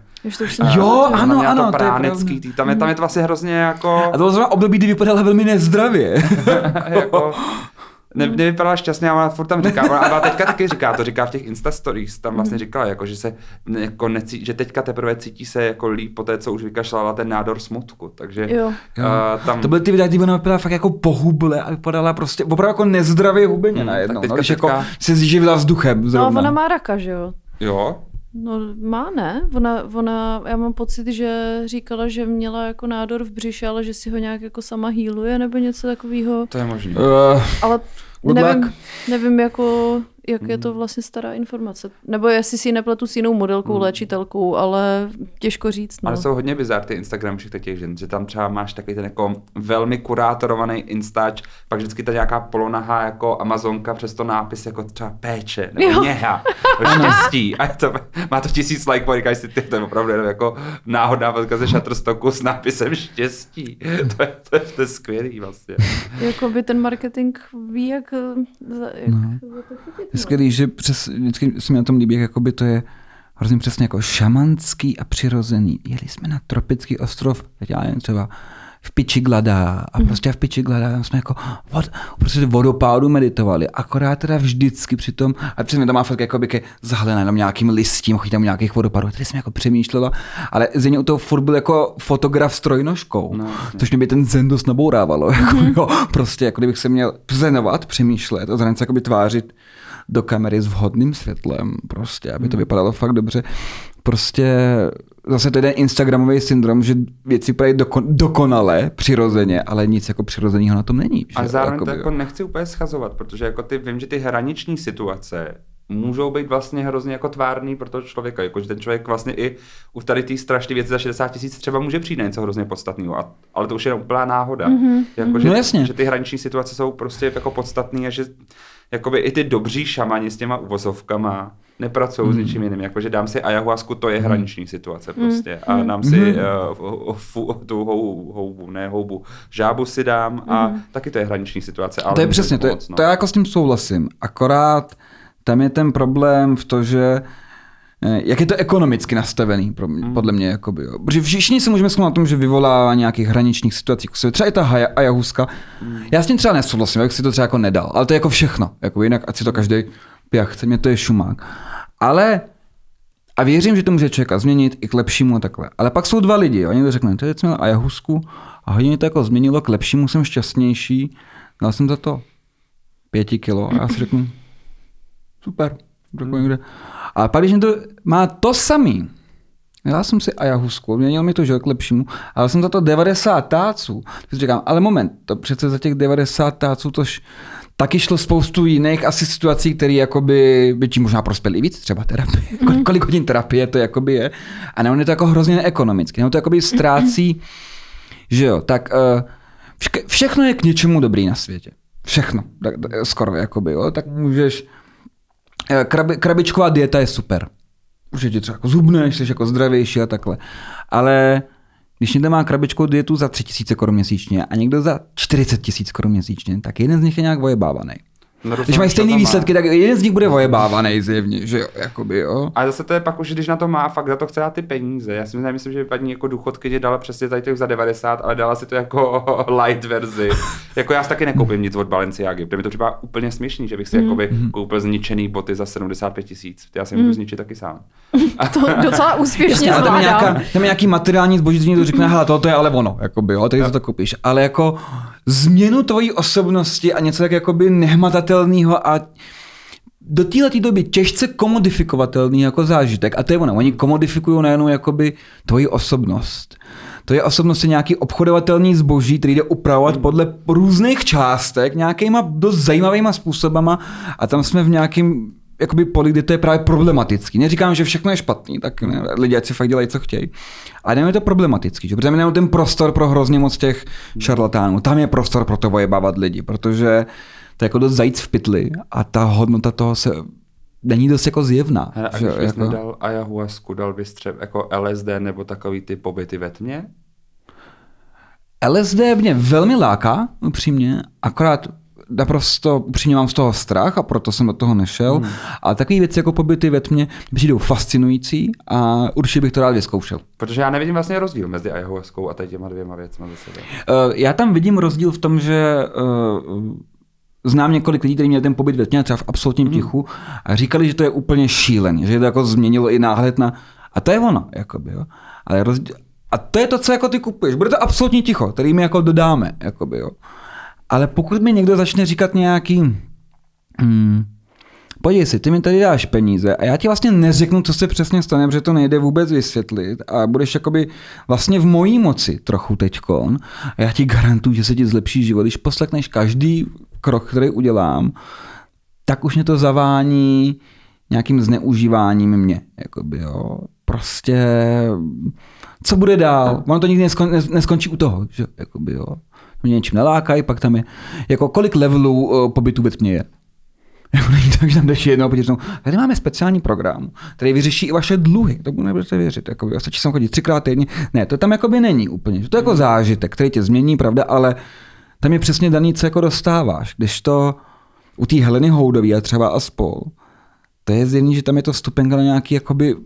Speaker 1: Ano,
Speaker 3: to pránecký, tam je to vlastně hrozně jako...
Speaker 1: A to bylo zrovna období, kdy vypadala velmi nezdravě.
Speaker 3: jako... Nevypadala šťastně, a ona furt tam říká, a teďka taky říká v těch Insta stories, tam vlastně říkala, jako, že se jako že teďka teprve cítí se jako líp po té, co už vykašlala ten nádor smutku, takže tam... To
Speaker 1: byly ty videa, kdy ona vypadala fakt jako pohuble a vypadala prostě opravdu jako nezdravě hubeně najednou, když jako se zživila vzduchem zrovna.
Speaker 2: No, ona má raka, že jo?
Speaker 3: Jo?
Speaker 2: No má, ne? Ona, já mám pocit, že říkala, že měla jako nádor v břiše, ale že si ho nějak jako sama healuje nebo něco takového.
Speaker 3: To je možné.
Speaker 2: Ale nevím jako, jak je to vlastně stará informace. Nebo jestli si ji nepletu s jinou modelkou, léčitelkou, ale těžko říct. No.
Speaker 3: Ale jsou hodně bizár ty Instagram všech těch žen, že tam třeba máš takový ten jako velmi kurátorovaný instač, pak vždycky ta nějaká polonahá jako Amazonka přes to nápis jako třeba péče, nebo něha, štěstí. A má to 1000 lajků a říkáš si, to je opravdu jenom jako náhodná fotka ze Shutterstocku s nápisem štěstí. To je skvělý vlastně.
Speaker 2: Jakoby ten marketing ví, jak to chytit.
Speaker 1: Je skvělý, že vždycky se mi na tom líbí, jakoby to je hrozně přesně jako šamanský a přirozený. Jeli jsme na tropický ostrov, třeba v Pichiglada a prostě v Pichiglada jsme jako prostě vodopádu meditovali, akorát teda vždycky přitom, a přesně tam má fotka jako by zahalená jenom nějakým listím, chodí tam nějakých vodopádů, tady jsem jako přemýšlela, ale zřejmě u toho furt byl jako fotograf s trojnožkou, což mě by ten zen dost nabourávalo, jako, prostě jako kdybych se měl zenovat, přemýšlet a zároveň se jako by tvářit do kamery s vhodným světlem, prostě, aby to vypadalo fakt dobře. Prostě zase to je instagramový syndrom, že věci vypadají dokonale, přirozeně, ale nic jako přirozeného na tom není.
Speaker 3: A zároveň to jako nechci úplně schazovat, protože jako vím, že ty hraniční situace můžou být vlastně hrozně jako tvárný pro toho člověka, jakože ten člověk vlastně i u tady té strašné věci za 60 000 třeba může přijít na něco hrozně podstatného, ale to už je úplná náhoda. Jako, že ty hraniční situace jsou prostě jako podstatné a že jakoby i ty dobří šamani s těma uvozovkama nepracují s ničím jiným, jakože dám si ayahuasku, to je hraniční situace prostě a dám si tu houbu, žábu si dám a taky to je hraniční situace. Ale
Speaker 1: to je přesně, to já jako s tím souhlasím, akorát tam je ten problém v to, že jak je to ekonomicky nastavený, podle mě, jakoby, jo. Protože všichni se můžeme shodnout na tom, že vyvolává nějakých hraničních situací, třeba i ta ayahuasca. Já s tím třeba nesouhlasím, jak si to třeba jako nedal, ale to je jako všechno, jako jinak, ať si to každý pije chce, mě to je šumák. Ale, a věřím, že to může člověka změnit i k lepšímu a takhle. Ale pak jsou dva lidi, oni to řeknou, to je měl ayahuasku a hodně to jako změnilo k lepšímu, jsem šťastnější, dal jsem za to 5 kilo a já si řeknu, super, někde. A pak, když to má to samý, já jsem si ayahuasku, měnil mi to, že k lepšímu, ale jsem za to 90 táců. Tak si říkám, ale moment, to přece za těch 90 táců taky šlo spoustu jiných asi situací, které jakoby by ti možná prospěly víc, třeba terapie. Kolik hodin terapie to jakoby je. A ne, on je to jako hrozně neekonomicky. On to jakoby ztrácí, že jo, tak všechno je k něčemu dobrý na světě. Všechno, skoro jakoby, jo. Tak můžeš, krabičková dieta je super. Už tě třeba jako zhubneš, jsi jako zdravější a takhle. Ale když někdo má krabičkovou dietu za 3 000 korun měsíčně a někdo za 40 000 korun měsíčně, tak jeden z nich je nějak vojebávaný. Když mají stejný výsledky, tak jeden z nich bude vojebávaný zjevně, že jo, jakoby, jo.
Speaker 3: A zase to je pak už, když na to má, fakt za to chce dát ty peníze. Já si myslím, že paní jako důchodky ti dala přesně tady těch za 90, ale dala si to jako light verzi. Jako já si taky nekoupím nic od Balenciagy, protože mi to připadá úplně směšný, že bych si jakoby koupil zničený boty za 75 000. Já si je můžu zničit taky sám.
Speaker 2: To docela úspěšně zvládám.
Speaker 1: Tam je nějaký materiální zboží, to řekne, hele, to je ale ono, jakoby, jo, takže to koupíš. Ale jako změnu tvojí osobnosti a něco tak jakoby nehmatatelného a do této doby těžce komodifikovatelný jako zážitek. A to je ono, oni komodifikují najednou jakoby tvoji osobnost. To je osobnost nějaký obchodovatelný zboží, který jde upravovat podle různých částek, nějakýma dost zajímavýma způsobama a tam jsme v nějakým jakoby poli, kde to je právě problematický. Neříkám, že všechno je špatný, tak ne, lidi ať si fakt dělají, co chtějí. Ale je to problematický, že? Protože tam je ten prostor pro hrozně moc těch šarlatánů. Tam je prostor pro to vojebávat lidi, protože to je jako dost zajíc v pytli a ta hodnota toho se není dost jako zjevná.
Speaker 3: Hele, a když bys nedal ayahuasku, dal bys třeba jako LSD nebo takový ty pobyty ve tmě?
Speaker 1: LSD mě velmi láká, upřímně, akorát naprosto upřímně mám z toho strach a proto jsem do toho nešel. Ale takové věci jako pobyty ve tmě přijdou fascinující a určitě bych to rád vyzkoušel.
Speaker 3: Protože já nevidím vlastně rozdíl mezi ayahuaskou a těma dvěma věcmi ze sebe.
Speaker 1: Já tam vidím rozdíl v tom, že znám několik lidí, kteří měli ten pobyt ve tmě třeba v absolutním tichu a říkali, že to je úplně šílený, že to jako změnilo i náhled na... A to je ono, jakoby, jo. Ale a to je to, co jako ty kupuješ. Bude to absolutní ticho, který my jako dodáme, jakoby, jo. Ale pokud mi někdo začne říkat nějaký podívej si, ty mi tady dáš peníze a já ti vlastně neřeknu, co se přesně stane, protože to nejde vůbec vysvětlit a budeš jakoby vlastně v mojí moci trochu teďkon a já ti garantuju, že se ti zlepší život. Když poslekneš každý krok, který udělám, tak už mě to zavání nějakým zneužíváním mě. Jakoby, jo. Prostě co bude dál? Ono to nikdy neskončí u toho. Že? Jakoby, jo. Mě něčím nelákají, pak tam je, jako kolik levelů pobytu ve tmě je. Jako není tak, že tam jdeš jednou a podívej, tady máme speciální program, který vyřeší i vaše dluhy, to nebudete věřit, jakoby, stačí sem chodit 3krát týdně. Ne, to tam jakoby není úplně, že to je jako zážitek, který tě změní, pravda, ale tam je přesně daný, co jako dostáváš. Když to u té Heleny Houdový a třeba a spol, to je zjevný, že tam je to vstupenka na nějaký jakoby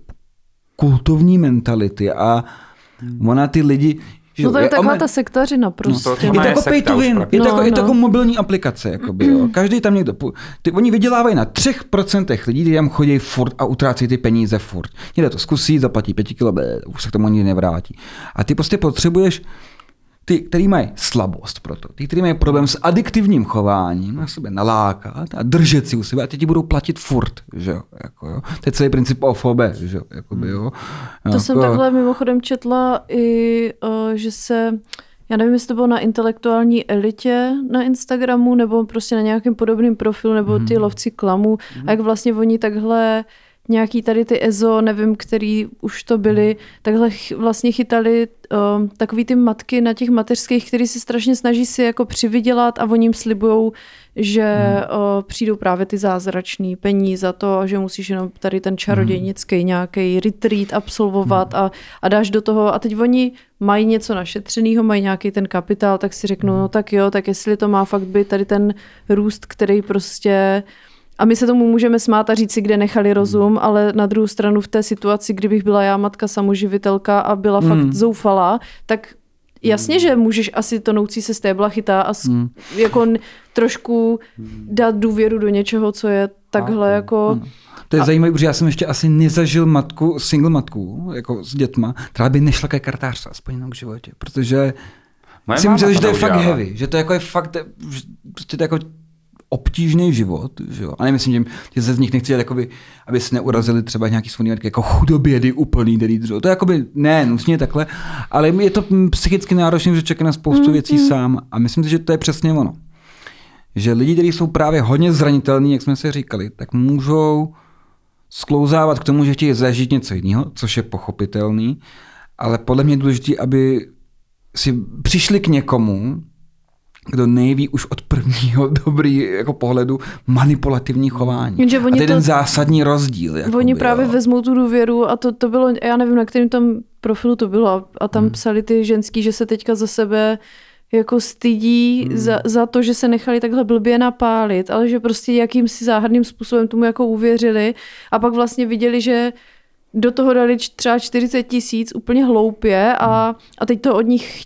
Speaker 1: kultovní mentality a ona ty lidi.
Speaker 2: No to je taková ta sektařina prostě.
Speaker 1: Je to jako pay to win, je to jako mobilní aplikace. Jakoby, jo. Každý tam někdo, oni vydělávají na 3% lidí, kteří tam chodí furt a utrácí ty peníze furt. Někdo to zkusí, zaplatí 5 kilo, už se k tomu nikdy nevrátí. A ty prostě potřebuješ ty, který mají slabost pro to, ty, který mají problém s adiktivním chováním, na sebe nalákat a držet si u sebe a ty ti budou platit furt, že jo, jako jo. To je celý princip OFB, že jo, jakoby, jo.
Speaker 2: To jako... jsem takhle mimochodem četla i, že se, já nevím, jestli to bylo na intelektuální elitě na Instagramu, nebo prostě na nějakém podobném profilu, nebo ty lovci klamů, a jak vlastně oni takhle nějaký tady ty EZO, nevím, který už to byli, takhle vlastně chytali takový ty matky na těch mateřských, který si strašně snaží si jako přivydělat a oni jim slibujou, že přijdou právě ty zázračný peníze za to, že musíš jenom tady ten čarodějnický nějaký retreat absolvovat a dáš do toho a teď oni mají něco našetřenýho, mají nějaký ten kapitál, tak si řeknou, no tak jo, tak jestli to má fakt být tady ten růst, který prostě... A my se tomu můžeme smát a říct si, kde nechali rozum, ale na druhou stranu v té situaci, kdybych byla já matka samoživitelka a byla fakt zoufalá, tak jasně, že můžeš asi tonoucí se stébla chytá a jako trošku dát důvěru do něčeho, co je takhle jako...
Speaker 1: To je zajímavé, protože já jsem ještě asi nezažil matku, single matku, jako s dětma, která by nešla ke kartářce, aspoň jenom k životě, protože si myslím, že to je fakt heavy, že to jako je fakt, prostě to jako obtížný život, že jo. A nemyslím, že se z nich nechci dělat, jakoby, aby se neurazili třeba nějaký svůj jako chudobědy úplný, to je jakoby, ne, nutně takhle, ale je to psychicky náročné, že čeká na spoustu věcí sám a myslím si, že to je přesně ono. že lidi, kteří jsou právě hodně zranitelní, jak jsme si říkali, tak můžou sklouzávat k tomu, že chtějí zažít něco jiného, což je pochopitelný, ale podle mě je důležité, aby si přišli k někomu, kdo neví už od prvního dobrý jako pohledu manipulativní chování. A to je ten zásadní rozdíl.
Speaker 2: Oni právě vezmou tu důvěru a to bylo, já nevím, na kterém tam profilu to bylo a tam psali ty ženský, že se teďka za sebe jako stydí za to, že se nechali takhle blbě napálit, ale že prostě jakýmsi záhadným způsobem tomu jako uvěřili a pak vlastně viděli, že do toho dali třeba 40 000 úplně hloupě a teď to od nich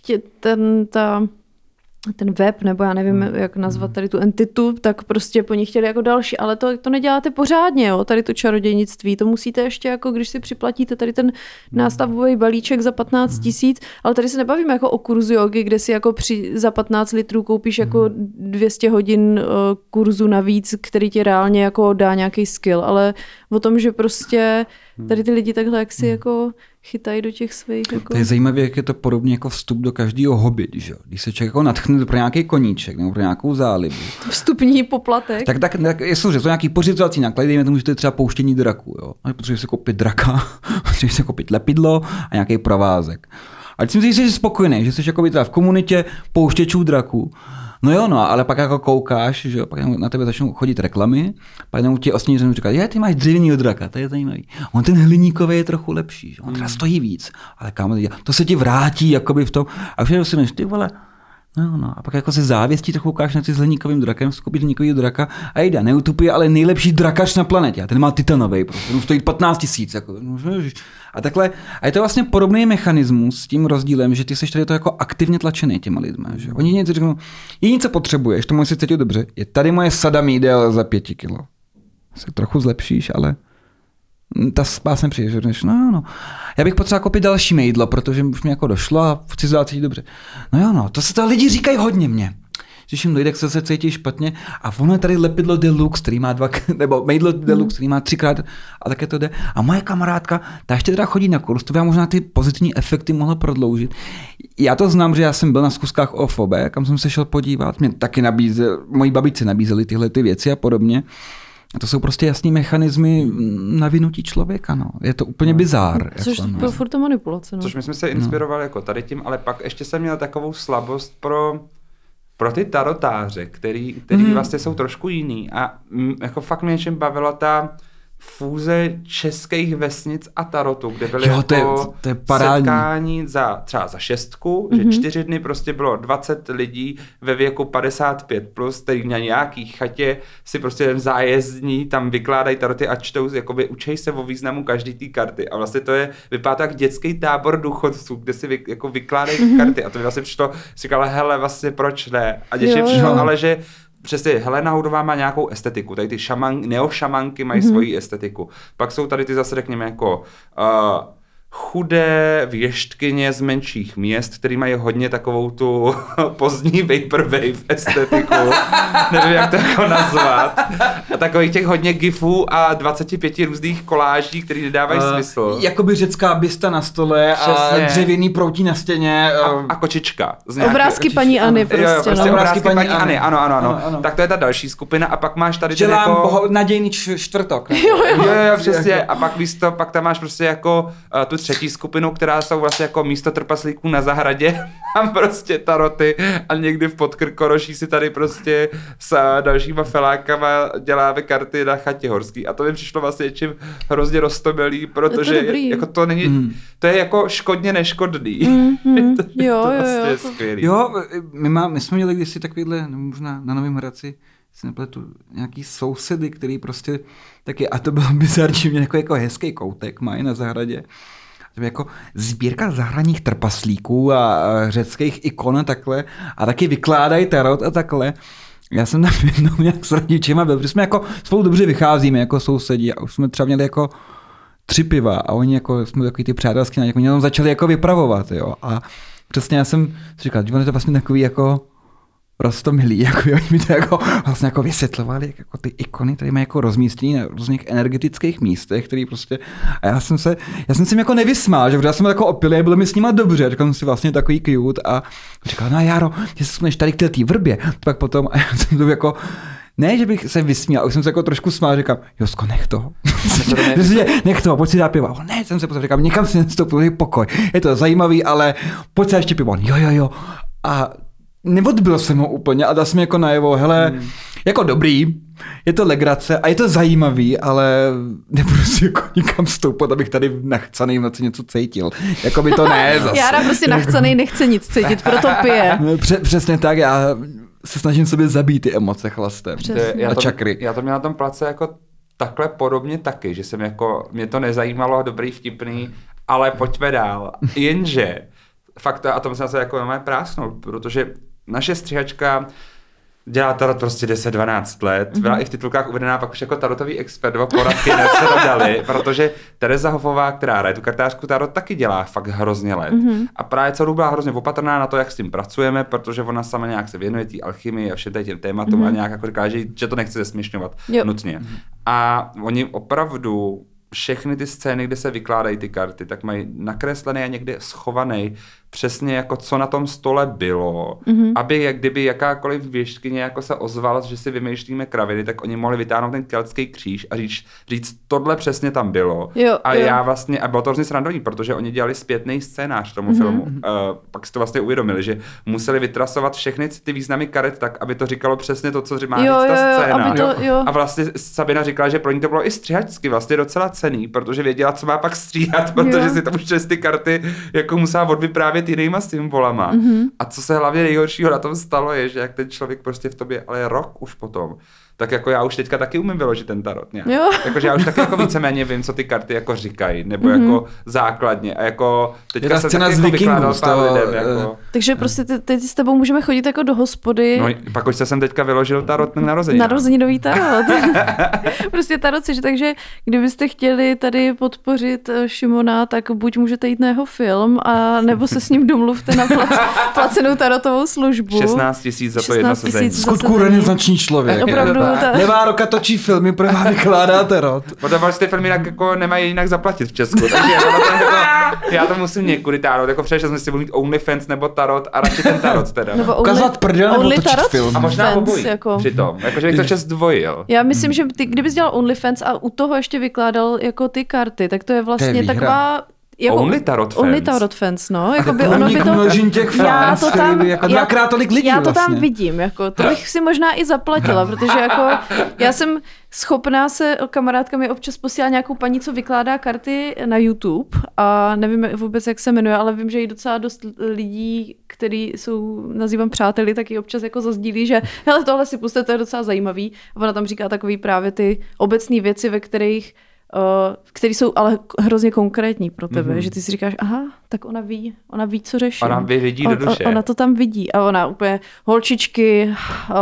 Speaker 2: ten web, nebo já nevím, jak nazvat tady tu entitu, tak prostě po nich chtěli jako další, ale to neděláte pořádně, jo, tady to čarodějnictví, to musíte ještě jako, když si připlatíte tady ten nástavový balíček za 15 000, ale tady se nebavíme jako o kurzu jogy, kde si jako za 15 litrů koupíš jako 200 hodin kurzu navíc, který ti reálně jako dá nějaký skill, ale o tom, že prostě tady ty lidi takhle jak si jako chytají do těch svých. Jako...
Speaker 1: To je zajímavé, jak je to podobně jako vstup do každého hobby, že? Když se člověk jako natchne pro nějaký koníček nebo pro nějakou zálibu.
Speaker 2: Vstupní poplatek.
Speaker 1: Tak jestli to nějaký pořizovací náklady, dejme tomu, že to je třeba pouštění draků. Jo? Potřebuješ si koupit draka, potřebuješ si koupit lepidlo a nějaký provázek. A když si jsi spokojený, že jsi jako v komunitě pouštěčů draků, no jo, no, ale pak jako koukáš, že jo, pak na tebe začnou chodit reklamy, pak jenom ti ostatní říkají, ty máš dřevěnýho draka, to je zajímavý. On ten hliníkový je trochu lepší, že? On teda stojí víc, ale kámo, to se ti vrátí jakoby v tom, a všechno si než ty vole, no, a pak jako se závěstí trochu koukáš na ty s hliníkovým drakem, skoupíš hliníkovýho draka a jde, na YouTube je ale nejlepší drakař na planetě, a ten má titanovej, prostě, stojí 15 000, jako, a takhle, a je to vlastně podobný mechanismus s tím rozdílem, že ty seš tady to jako aktivně tlačený těma lidma, že oni něco řeknou, jediné, co potřebuješ, tomu si cítit dobře, je tady moje sada mídel za 5 kilo. Se trochu zlepšíš, ale ta spásem přijde, že no. Já bych potřeboval koupit další mejdlo, protože už mi jako došlo a chci se cítit dobře. No jo, to se to lidi říkají hodně mě. Když jim dojde, jak se cítí špatně a ono je tady lepidlo deluxe, který má nebo mejdlo deluxe, který má 3x a také to jde. A moje kamarádka, ta ještě teda chodí na kurz, to by možná ty pozitivní efekty mohla prodloužit. Já to znám, že já jsem byl na zkuskách OFOB, kam jsem se šel podívat, mě taky mojí babičce nabízely tyhle ty věci a podobně. A to jsou prostě jasný mechanismy navinutí člověka, no. Je to úplně bizár.
Speaker 2: Což byl furt to manipulace, no.
Speaker 3: Což my jsme se inspirovali jako tady tím, ale pak ještě jsem měl takovou slabost pro ty tarotáře, který vlastně jsou trošku jiný a jako fakt mě něčem bavila ta fúze českých vesnic a tarotu, kde byly jako setkání třeba za 6, že 4 dny prostě bylo 20 lidí ve věku 55+, který na nějaký chatě si prostě zájezdní, tam vykládají taroty a čtou, jakoby učej se o významu každý té karty. A vlastně to vypadá tak dětský tábor důchodců, kde si jako vykládají karty. A to mi vlastně přišlo, si říkala, hele, vlastně proč ne? A děti přišlo, ale že přesně Helena Houdová má nějakou estetiku, tady ty neošamanky mají svoji estetiku. Pak jsou tady ty zase, řekněme, jako chudé věštkyně z menších měst, který mají hodně takovou tu pozdní vaporwave estetiku. Nevím, jak to jako nazvat. A takových těch hodně gifů a 25 různých koláží, které nedávají smysl.
Speaker 1: Jakoby řecká bysta na stole a dřevěný proutí na stěně.
Speaker 3: A kočička.
Speaker 2: Obrázky paní Anny prostě.
Speaker 3: Jo, prostě obrázky paní Anny. Ano. Tak to je ta další skupina a pak máš tady
Speaker 1: ten jako... nadějný čtvrtok.
Speaker 3: Jo, přesně. A pak tam máš prostě jako tu třetí skupinu, která jsou vlastně jako místo trpaslíků na zahradě, tam prostě taroty a někdy v Podkrkoroší si tady prostě s dalšíma felákama děláme karty na chatě horský a to mi přišlo vlastně něčím hrozně roztomilý, protože jako to není, to je jako škodně neškodný.
Speaker 2: Jo.
Speaker 3: Vlastně skvělý.
Speaker 1: Jo, my jsme měli kdysi takovýhle, možná na Novém Hradci, si nepletu, nějaký sousedy, který prostě taky, a to bylo bizarní, měl jako hezký koutek, mají na zahradě. Jako sbírka zahradních trpaslíků a řeckých ikon a takhle a taky vykládají tarot a takhle. Já jsem tam jednou nějak s rodičema byl, protože jsme jako spolu dobře vycházíme jako sousedí a už jsme třeba měli jako 3 piva a oni jako jsme takový ty přátelský na někoho začali jako vypravovat, jo. A přesně já jsem si říkal, že on je to vlastně takový jako prostě milý, jako oni mi to jako vlastně jako vysvětlovali, jako ty ikony tady mají jako rozmístění na různých energetických místech, který prostě, a já jsem se jim jako nevysmál, že já jsem jako opilý, bylo mi s nima dobře, říkal jsem si vlastně takový cute a říkal, no Járo, ty se směš tady k té vrbě, pak potom, a já jsem to jako, ne, že bych se vysmíval, už jsem se jako trošku smál, říkám, Josko, nech toho. Nech toho, pojď si dát pivo. Ne, jsem se potom říkám, někam si nestoupil pokoj. Je to zajímavý, ale pojď si ještě pivo. Jo. A neodbil jsem ho úplně a dal jsem jako najevo, hele, jako dobrý, je to legrace a je to zajímavý, ale nebudu si jako nikam stoupat, abych tady nachcanej v noci něco cítil. Jako by to ne zase.
Speaker 2: Jára prostě nachcanej nechce nic cítit, proto pije.
Speaker 1: Přesně tak, já se snažím sobě zabít ty emoce chlastem a čakry.
Speaker 3: Já to měl na tom place jako takhle podobně taky, že jsem jako, mě to nezajímalo, dobrý, vtipný, ale pojďme dál. Jenže, fakt, a tomu jsem se jako máme prásnout, protože naše střihačka dělá tarot prostě 10-12 let, byla i v titulkách uvedená pak už jako tarotový expert, nebo poradky, jak se to dali, protože Tereza Hofová, která hraje tu kartářku tarot, taky dělá fakt hrozně let. A právě celou byla hrozně opatrná na to, jak s tím pracujeme, protože ona sama nějak se věnuje té alchymii a všem těm tématům a nějak jako říká, že to nechce zesměšňovat nutně. A oni opravdu všechny ty scény, kde se vykládají ty karty, tak mají nakreslený a někde schovaný přesně jako co na tom stole bylo, aby jak kdyby jakákoliv věštkyně jako se ozvala, že si vymýšlíme kraviny, tak oni mohli vytáhnout ten keltský kříž a říct tohle přesně tam bylo. Já vlastně, a bylo to hrozně srandovní, protože oni dělali zpětný scénář tomu filmu. Pak si to vlastně uvědomili, že museli vytrasovat všechny ty významy karet tak, aby to říkalo přesně to, co má říct ta scéna. A vlastně Sabina říkala, že pro ní to bylo i střihačsky vlastně docela cenný, protože věděla, co má pak stříhat, protože si tam už přes ty karty jako musela odvyprávět jinýma symbolama. A co se hlavně nejhoršího na tom stalo je, že jak ten člověk prostě v tobě, ale rok už potom, tak jako já už teďka taky umím vyložit ten tarot nějak. Jakože já už taky jako víceméně vím, co ty karty jako říkají, nebo jako základně. A jako teďka se taky jako vykládal pár lidem. Jako.
Speaker 2: Takže prostě teď s tebou můžeme chodit jako do hospody.
Speaker 3: No pak už jsem teďka vyložil tarot na narození.
Speaker 2: Narozeninový tarot. Prostě tarot, takže kdybyste chtěli tady podpořit Šimona, tak buď můžete jít na jeho film, a nebo se s ním domluvte na placenou tarotovou službu.
Speaker 3: 16 000 za to jedno sezení.
Speaker 1: Skutku renesanční člověk.
Speaker 2: Opravdu.
Speaker 1: Nevá roka točí filmy, pro vás vykládá tarot.
Speaker 3: Protože ty filmy jako nemají jinak zaplatit v Česku, takže já to musím někudy táhnout. Jako přešel jsem si budu mít OnlyFans nebo tarot a radši ten tarot teda.
Speaker 1: No. Ukazovat prdel nebo točit tarot? Film.
Speaker 3: A možná obojí přitom. Jakože bych to čas dvojil.
Speaker 2: Já myslím, že ty, kdybys dělal OnlyFans a u toho ještě vykládal jako ty karty, tak to je vlastně taková... Jako
Speaker 3: Only Tarot Fans,
Speaker 2: no. Jako by ono by to...
Speaker 1: těch fans, já to tam, jako dvakrát tolik lidí
Speaker 2: já to
Speaker 1: vlastně.
Speaker 2: tam vidím, jako, to bych si možná i zaplatila, protože jako já jsem schopná se, kamarádka mi občas posílá nějakou paní, co vykládá karty na YouTube a nevím vůbec, jak se jmenuje, ale vím, že i docela dost lidí, který jsou, nazývám přáteli, tak ji občas jako zazdílí, že hele, tohle si puste, to je docela zajímavý. A ona tam říká takový právě ty obecné věci, ve kterých které jsou ale hrozně konkrétní pro tebe, že ty si říkáš, aha, tak ona ví, co řeší.
Speaker 3: Ona vidí do duše.
Speaker 2: Ona to tam vidí a ona úplně, holčičky,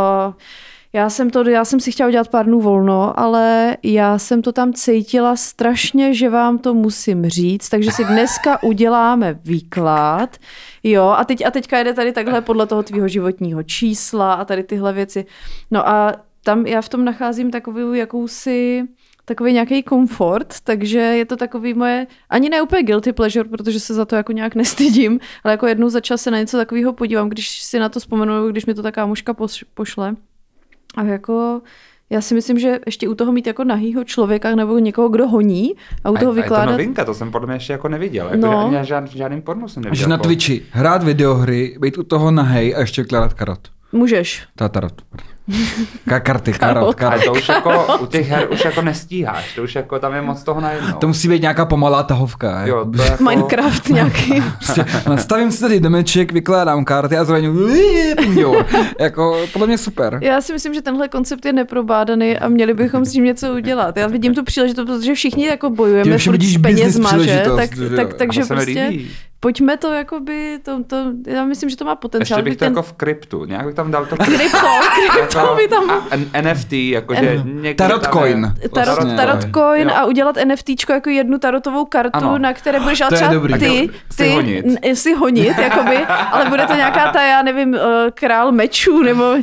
Speaker 2: já jsem si chtěla udělat pár dnů volno, ale já jsem to tam cítila strašně, že vám to musím říct, takže si dneska uděláme výklad, jo, a teďka jede tady takhle podle toho tvýho životního čísla a tady tyhle věci. No a tam já v tom nacházím takový nějaký komfort, takže je to takový moje, ani ne úplně guilty pleasure, protože se za to jako nějak nestydím, ale jako jednou za čas se na něco takového podívám, když si na to vzpomenu, když mi to ta kámoška pošle. A jako já si myslím, že ještě u toho mít jako nahýho člověka nebo někoho, kdo honí a u toho vykládat...
Speaker 3: A je to novinka, to jsem podle mě ještě jako neviděl. No. Žádným pornu jsem neviděl.
Speaker 1: Že na Twitchi hrát videohry, být u toho nahej a ještě vykládat karot.
Speaker 2: Můžeš.
Speaker 1: Tarot. Karty, karot.
Speaker 3: Ale to už jako u těch her už jako nestíháš, to už jako tam je moc toho najednou.
Speaker 1: To musí být nějaká pomalá tahovka.
Speaker 3: Jo, to jako...
Speaker 2: Minecraft nějaký.
Speaker 1: Nastavím si tady domeček, vykládám karty a zrovna jako podle mě super.
Speaker 2: Já si myslím, že tenhle koncept je neprobádaný a měli bychom s tím něco udělat. Já vidím tu příležitost, protože všichni jako bojujeme furt s penězma, že? Takže prostě pojďme to jakoby, já myslím, že to má potenciál.
Speaker 3: Ještě bych to jako v kryptu, nějak bych tam dal to
Speaker 2: krypto by tam...
Speaker 3: A NFT, jakože
Speaker 1: Tarot coin.
Speaker 2: Tarot coin a udělat NFTčko jako jednu tarotovou kartu, na které budeš ale třeba si honit, jakoby, ale bude to nějaká ta, já nevím, král mečů, nebo...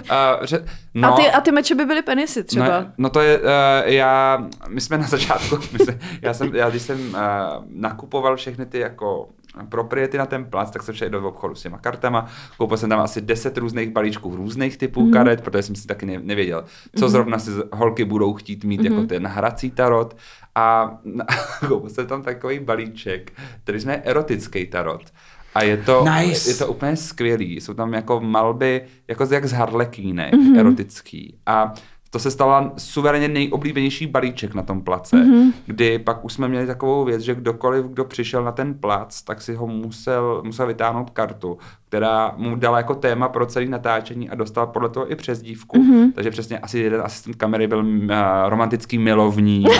Speaker 2: A ty meče by byly penisy třeba.
Speaker 3: No to je, my jsme na začátku, když jsem nakupoval všechny ty jako propriety na ten plac, tak jsem šel do obchodu s těma kartama, koupil jsem tam asi 10 různých balíčků různých typů karet, protože jsem si taky nevěděl, co zrovna si holky budou chtít mít jako ten hrací tarot a koupil jsem tam takový balíček, který jsme erotický tarot. A je to úplně skvělý. Jsou tam jako malby, jako jak z harlekínek, erotický. A to se stala suverénně nejoblíbenější balíček na tom place, kdy pak už jsme měli takovou věc, že kdokoliv, kdo přišel na ten plac, tak si ho musel vytáhnout kartu, která mu dala jako téma pro celé natáčení a dostal podle toho i přezdívku. Takže přesně asi jeden asistent kamery byl romantický milovník.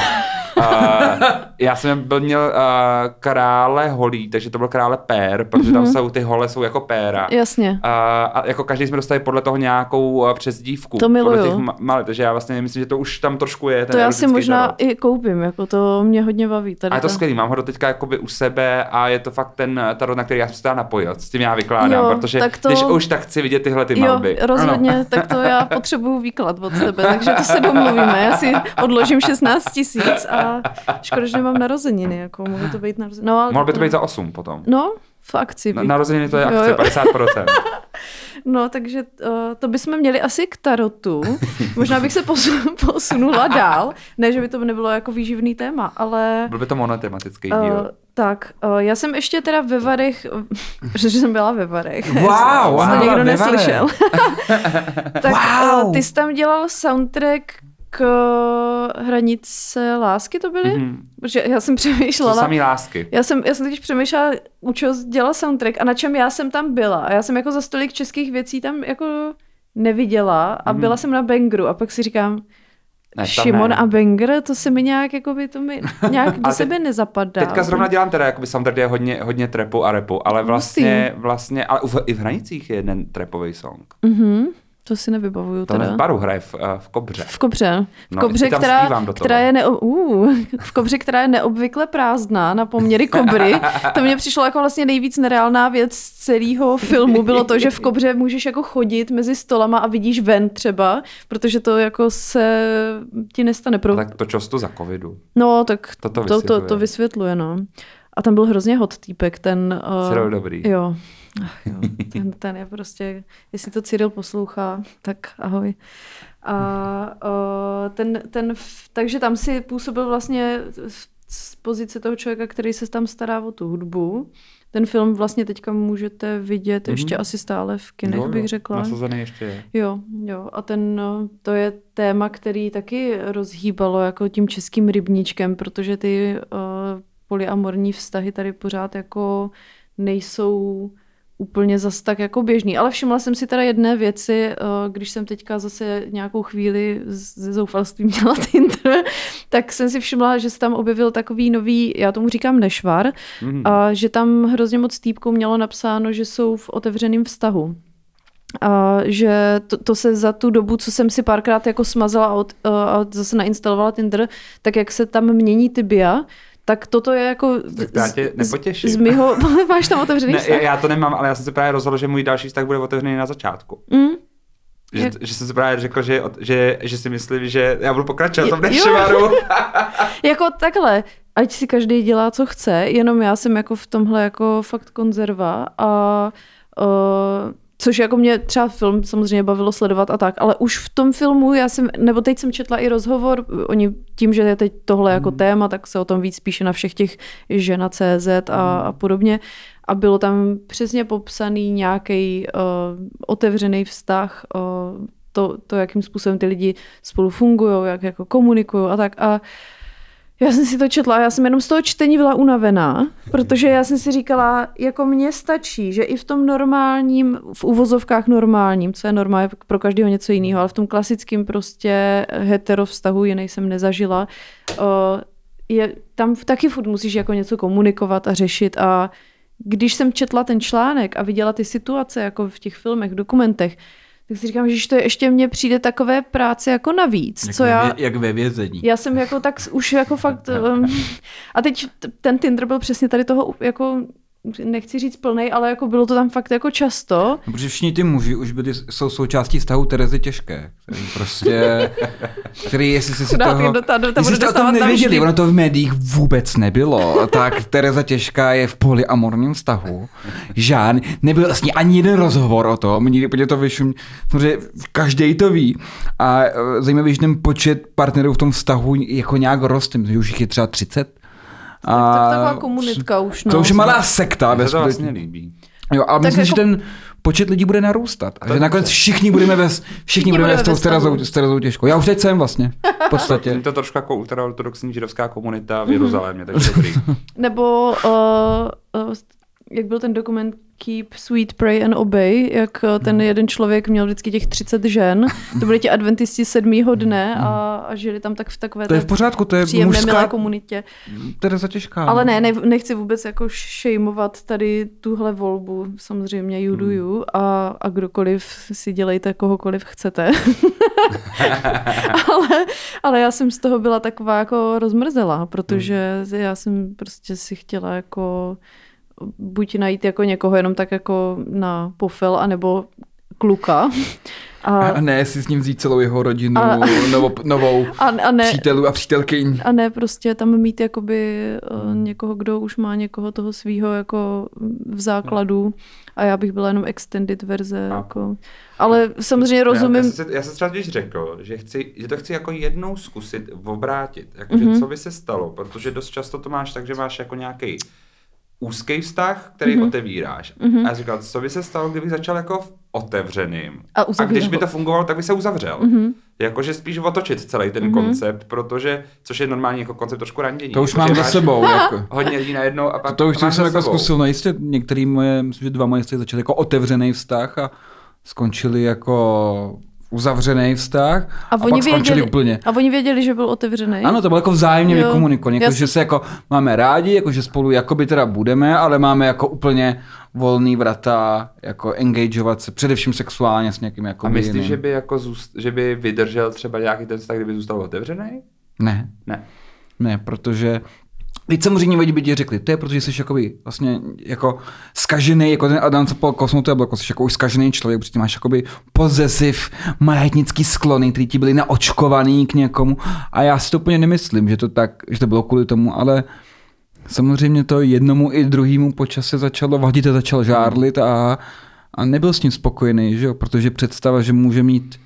Speaker 3: Já jsem měl krále holí, takže to byl krále pér, protože tam jsou ty hole jsou jako péra.
Speaker 2: Jasně.
Speaker 3: A jako každý jsme dostali podle toho nějakou přezdívku.
Speaker 2: To miluju.
Speaker 3: Takže já vlastně myslím, že to už tam trošku je.
Speaker 2: To já si možná i koupím, jako to mě hodně baví.
Speaker 3: A je to skvělý, mám ho doteďka jakoby u sebe a je to fakt ten tarot, na který já jsem se napojil, s tím já vykládám, protože když už tak chci vidět tyhle ty malby.
Speaker 2: Jo, rozhodně, ano. Tak to já potřebuju výklad od tebe, takže to se domluvíme. Já si odložím 16 000 a škoda, že nemám narozeniny, jako mohlo to být narozeniny. No, ale
Speaker 3: mohlo by to být za 8 potom.
Speaker 2: No, v akci.
Speaker 3: Narozeniny to je akce, 50%.
Speaker 2: No, takže to bychom měli asi k tarotu. Možná bych se posunula dál. Ne, že by to nebylo jako výživný téma, ale...
Speaker 3: Byl by to monotematický díl.
Speaker 2: Tak, já jsem ještě teda ve Varech, protože jsem byla ve Varech.
Speaker 1: Wow,
Speaker 2: to někdo neslyšel. Tak ty jsi tam dělal soundtrack k Hranice lásky to byly? Protože já jsem přemýšlela.
Speaker 3: To samý lásky.
Speaker 2: Já jsem teď přemýšlela, u čeho dělala soundtrack a na čem já jsem tam byla. A já jsem jako za stolik českých věcí tam jako neviděla a byla jsem na Bangru a pak si říkám, Šimon a Banger, to se mi nějak, jakoby, to mi nějak do sebe nezapadá.
Speaker 3: Teďka zrovna dělám teda, jakoby soundtrack je hodně trapu a rapu, ale vlastně, ale i v Hranicích je jeden trapový song.
Speaker 2: To si nevybavuju
Speaker 3: to
Speaker 2: teda.
Speaker 3: To v baru hraje v Kobře.
Speaker 2: V Kobře. V Kobře, která je neobvykle prázdná na poměry Kobry. To mně přišlo jako vlastně nejvíc nereálná věc z celého filmu. Bylo to, že v Kobře můžeš jako chodit mezi stolama a vidíš ven třeba, protože to jako se ti nestane.
Speaker 3: Tak to často za covidu.
Speaker 2: No, tak to vysvětluje, no. A tam byl hrozně hot týpek, ten...
Speaker 3: Cyril Dobrý.
Speaker 2: Jo. Ten je prostě, jestli to Cyril poslouchá, tak ahoj. A takže tam si působil vlastně z pozice toho člověka, který se tam stará o tu hudbu. Ten film vlastně teďka můžete vidět ještě asi stále v kinech, bych řekla.
Speaker 3: Nasazený ještě je.
Speaker 2: Jo. A to je téma, který taky rozhýbalo jako tím českým rybníčkem, protože ty polyamorní vztahy tady pořád jako nejsou úplně zas tak jako běžný. Ale všimla jsem si teda jedné věci, když jsem teďka zase nějakou chvíli ze zoufalství měla Tinder, tak jsem si všimla, že se tam objevil takový nový, já tomu říkám nešvar, a že tam hrozně moc týpků mělo napsáno, že jsou v otevřeném vztahu. A že to se za tu dobu, co jsem si párkrát jako smazala a zase nainstalovala Tinder, tak jak se tam mění ty bio, tak toto je jako...
Speaker 3: Tak já tě nepotěším.
Speaker 2: Z mýho... Máš tam otevřený vztah?
Speaker 3: Já to nemám, ale já jsem se právě rozhodl, že můj další vztah bude otevřený na začátku. Že jsem si právě řekl, že si myslím, že já budu pokračovat v tom nešvaru.
Speaker 2: Jako takhle, ať si každý dělá, co chce, jenom já jsem jako v tomhle jako fakt konzerva a... což jako mě třeba film samozřejmě bavilo sledovat a tak, ale už v tom filmu teď jsem četla i rozhovor, oni tím, že je teď tohle jako téma, tak se o tom víc píše na všech těch žena.cz a podobně a bylo tam přesně popsaný nějaký otevřený vztah, to, jakým způsobem ty lidi spolu fungují, jak jako komunikují a tak a já jsem si to četla a já jsem jenom z toho čtení byla unavená, protože já jsem si říkala, jako mně stačí, že i v tom normálním, v uvozovkách normálním, co je normál pro každého něco jiného, ale v tom klasickém prostě hetero vztahu, jiný jsem nezažila, tam taky furt musíš jako něco komunikovat a řešit a když jsem četla ten článek a viděla ty situace jako v těch filmech, dokumentech, tak si říkám, že to ještě mně přijde takové práce jako navíc.
Speaker 1: Jak ve vězení.
Speaker 2: Já jsem jako tak už jako fakt... a teď ten Tinder byl přesně tady toho jako... Nechci říct plnej, ale jako bylo to tam fakt jako často.
Speaker 1: No, protože všichni ty muži už jsou součástí vztahu Terezy Těžké, který jestli si toho... Jestli jste o tom nevěděli, ono to v médiích vůbec nebylo, tak Tereza Těžká je v polyamorním vztahu. Nebyl vlastně ani jeden rozhovor o tom, nikdy to vyšlo, protože každý to ví. A zajímavý, že ten počet partnerů v tom vztahu jako nějak roste, že už jich je třeba 30.
Speaker 2: Tak taková komunitka už, no.
Speaker 1: To už je malá sekta.
Speaker 3: Mně to vlastně líbí.
Speaker 1: Jo, a myslím, že ten počet lidí bude narůstat. A že nakonec všichni budeme s Terezou Těžkou. Já už teď jsem vlastně, v podstatě.
Speaker 3: Je to trošku jako ultraortodoxní židovská komunita v Jeruzalémě, takže dobrý.
Speaker 2: Nebo jak byl ten dokument Keep, Sweet, Pray and Obey, jak ten jeden člověk měl vždycky těch 30 žen. To byli ti adventisti 7. dne a žili tam tak v takové
Speaker 1: to je v pořádku, to je
Speaker 2: příjemné,
Speaker 1: mužská
Speaker 2: milé komunitě.
Speaker 1: Tereza Těžká.
Speaker 2: Ale nechci vůbec jako šejmovat tady tuhle volbu, samozřejmě you do you a kdokoliv si dělejte kohokoliv chcete. ale já jsem z toho byla taková jako rozmrzela, protože já jsem prostě si chtěla jako buď najít jako někoho jenom tak jako na pofel, anebo kluka.
Speaker 1: A ne si s ním vzít celou jeho rodinu, novou přítelů a přítelkyň.
Speaker 2: A ne prostě tam mít jakoby někoho, kdo už má někoho toho svýho jako v základu a já bych byla jenom extended verze. Jako. Ale samozřejmě rozumím.
Speaker 3: Já jsem třeba řekl, že to chci jako jednou zkusit obrátit. Jakože co by se stalo, protože dost často to máš tak, že máš jako nějaký úzký vztah, který otevíráš. A já říkal, co by se stalo, kdybych začal jako otevřeným. A když by to fungovalo, tak by se uzavřel. Jakože spíš otočit celý ten koncept, protože, což je normální jako koncept trošku randění.
Speaker 1: To už mám za sebou. Jako.
Speaker 3: Hodně lidí najednou a pak
Speaker 1: to už jsem jako zkusil. No jistě některý myslím, že 2 moje začali jako otevřený vztah a skončili jako uzavřený vztah a pak skončili úplně.
Speaker 2: A oni věděli, že byl otevřený?
Speaker 1: Ano, to bylo jako vzájemně vykomunikované, jako, že se jako máme rádi, jako že spolu jakoby teda budeme, ale máme jako úplně volný vrata, jako engageovat se, především sexuálně s někým jako.
Speaker 3: A myslíš, že by jako že by vydržel třeba nějaký ten vztah, kdyby zůstal otevřený?
Speaker 1: Ne, protože teď samozřejmě lidi by ti řekli, to je protože jsi jakoby vlastně jako zkažený, jako ten Adam, co po kosmotu jablko, jsi jako už zkažený člověk, protože máš jakoby pozesiv, majetnický sklony, který ti byly naočkovaný k někomu a já si to úplně nemyslím, že to bylo kvůli tomu, ale samozřejmě to jednomu i druhému po čase začalo vadit a začal žárlit a nebyl s ním spokojený, že jo, protože představa, že může mít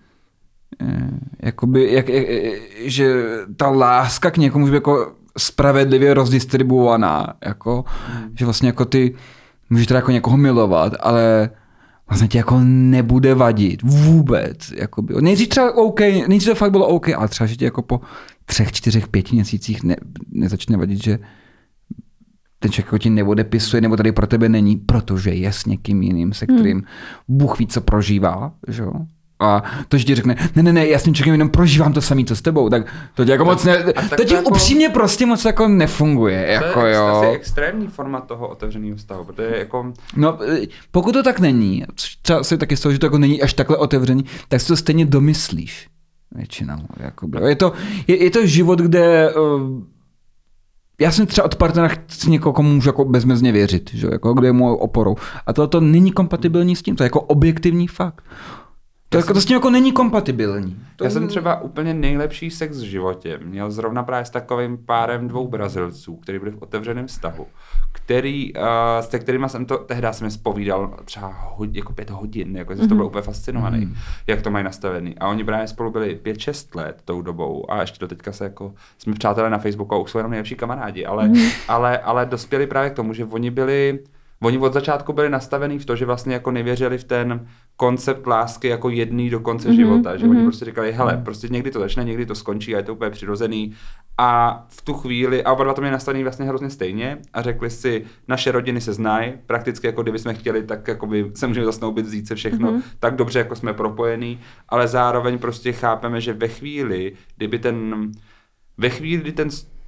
Speaker 1: jakoby, že ta láska k někomu že jako spravedlivě rozdistribuovaná, jako, že vlastně jako ty můžeš teda jako někoho milovat, ale vlastně ti jako nebude vadit vůbec. Jakoby. Nejdřív třeba OK, nejdřív to fakt bylo OK, ale třeba, že ti jako po 3, 4, 5 měsících nezačne vadit, že ten člověk jako ti neodepisuje, nebo tady pro tebe není, protože je s někým jiným, se kterým Bůh ví, co prožívá, že jo? A to, že ti řekne, ne, já s tím člověkem jenom prožívám to samé, co s tebou, tak to ti jako moc to ti upřímně prostě moc jako nefunguje.
Speaker 3: To je asi extrémní forma toho otevřeného vztahu, protože jako...
Speaker 1: No, pokud to tak není, třeba si taky z toho, že to jako není až takhle otevřený, tak si to stejně domyslíš většinou. Jakoby. Je to život, kde... Já jsem třeba od partnera chci někoho, komu můžu jako bezmezně věřit, že? Jako, kde je mou oporou. A to není kompatibilní s tím, to je jako objektivní fakt. To s tím jako není kompatibilní.
Speaker 3: Já jsem třeba úplně nejlepší sex v životě měl zrovna právě s takovým párem 2 Brazilců, kteří byli v otevřeném vztahu, se kterýma jsem to, tehdy jsem je zpovídal třeba jako 5 hodin, jako to bylo úplně fascinovaný, jak to mají nastavený. A oni právě spolu byli 5-6 let tou dobou a ještě do teďka se jako, jsme přátelé na Facebooku a už jsou jenom nejlepší kamarádi, ale dospěli právě k tomu, že oni od začátku byli nastavení v to, že vlastně jako nevěřili v ten koncept lásky jako jedný do konce života, že oni prostě říkali, hele, prostě někdy to začne, někdy to skončí a je to úplně přirozený a v tu chvíli, a oba dva to měli nastavený vlastně hrozně stejně a řekli si, naše rodiny se znají, prakticky jako kdyby jsme chtěli, tak jako by se můžeme zasnoubit, vzít se všechno, tak dobře jako jsme propojený, ale zároveň prostě chápeme, že ve chvíli, kdy ten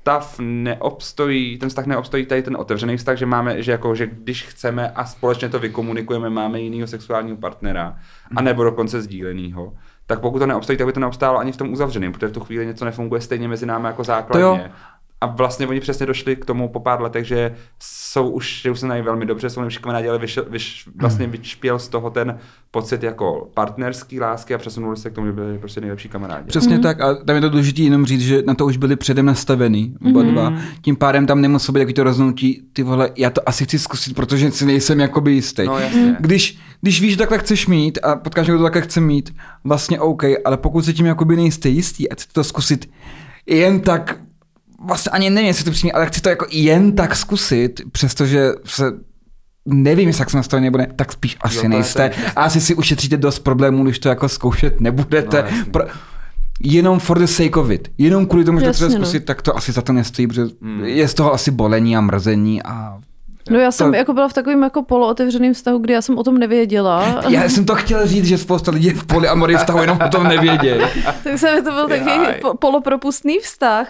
Speaker 3: ten vztah neobstojí tady ten otevřený vztah, že máme, že když chceme a společně to vykomunikujeme, máme jinýho sexuálního partnera, anebo dokonce sdílenýho, tak pokud to neobstojí, tak by to neobstálo ani v tom uzavřeném, protože v tu chvíli něco nefunguje stejně mezi námi jako základně. A vlastně oni přesně došli k tomu po pár letech, že už se znají velmi dobře, jsou nejlepší kamarádi, ale vlastně vyšpěl z toho ten pocit jako partnerský lásky a přesunuli se k tomu, že byli prostě nejlepší kamarádi.
Speaker 1: Přesně tak a tam je to důležité jenom říct, že na to už byli předem nastavený oba dva. Tím pádem tam nemuselo být takový to rozhodnutí, ty vole, já to asi chci zkusit, protože si nejsem jakoby jistý.
Speaker 3: No, jasně.
Speaker 1: Když víš, že takhle chceš mít a potkáš někoho, to takhle chce mít, vlastně OK, ale pokud se tím jakoby nejste jistý a chcete to zkusit jen tak, vlastně ani nevím, jestli to přijme, ale chci to jako jen tak zkusit, přestože se nevím, jestli tak jsem nastavený nebo ne, tak spíš asi nejste. A asi si ušetříte dost problémů, když to jako zkoušet nebudete. No, jenom for the sake of it. Jenom kvůli tomu, že to chcete zkusit, tak to asi za to nestojí, protože je z toho asi bolení a mrzení a...
Speaker 2: No já jsem jako byla v takovém jako polootevřeném vztahu, kdy já jsem o tom nevěděla.
Speaker 1: Já jsem to chtěl říct, že spousta lidí v polyamorii vztahu jenom o tom nevědějí.
Speaker 2: Tak jsem to byl takový polopropustný vztah.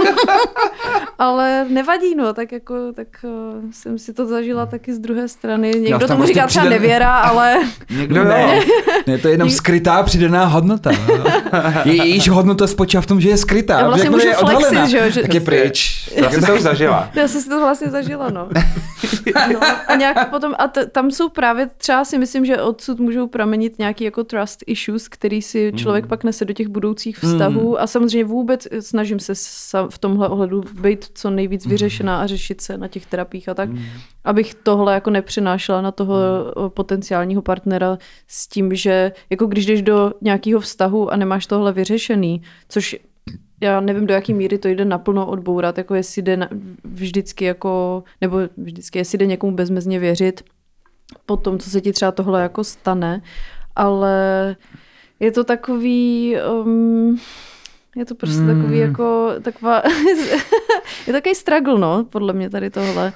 Speaker 2: Ale nevadí, no, tak jsem si to zažila taky z druhé strany. Někdo tomu říká třeba nevěra, ale...
Speaker 1: Někdo ne. Ne, to je jenom skrytá přidaná hodnota. Jejíž hodnota spočívá v tom, že je skrytá.
Speaker 2: Já vlastně můžu flexit, že...
Speaker 1: Tak je pryč.
Speaker 3: Já jsem to už zažila.
Speaker 2: Já jsem si to vlastně zažila, no. No, a nějak potom, tam jsou právě třeba si myslím, že odsud můžou pramenit nějaký jako trust issues, který si člověk pak nese do těch budoucích vztahů a samozřejmě vůbec snažím se v tomhle ohledu být co nejvíc vyřešená a řešit se na těch terapiích a tak, abych tohle jako nepřenášela na toho potenciálního partnera s tím, že jako když jdeš do nějakého vztahu a nemáš tohle vyřešený, což já nevím, do jaký míry to jde naplno odbourat, jako jestli jde vždycky jako, nebo vždycky, jestli jde někomu bezmezně věřit po tom, co se ti třeba tohle jako stane, ale je to takový, je to prostě takový jako, taková, je takový struggle, no, podle mě tady tohle.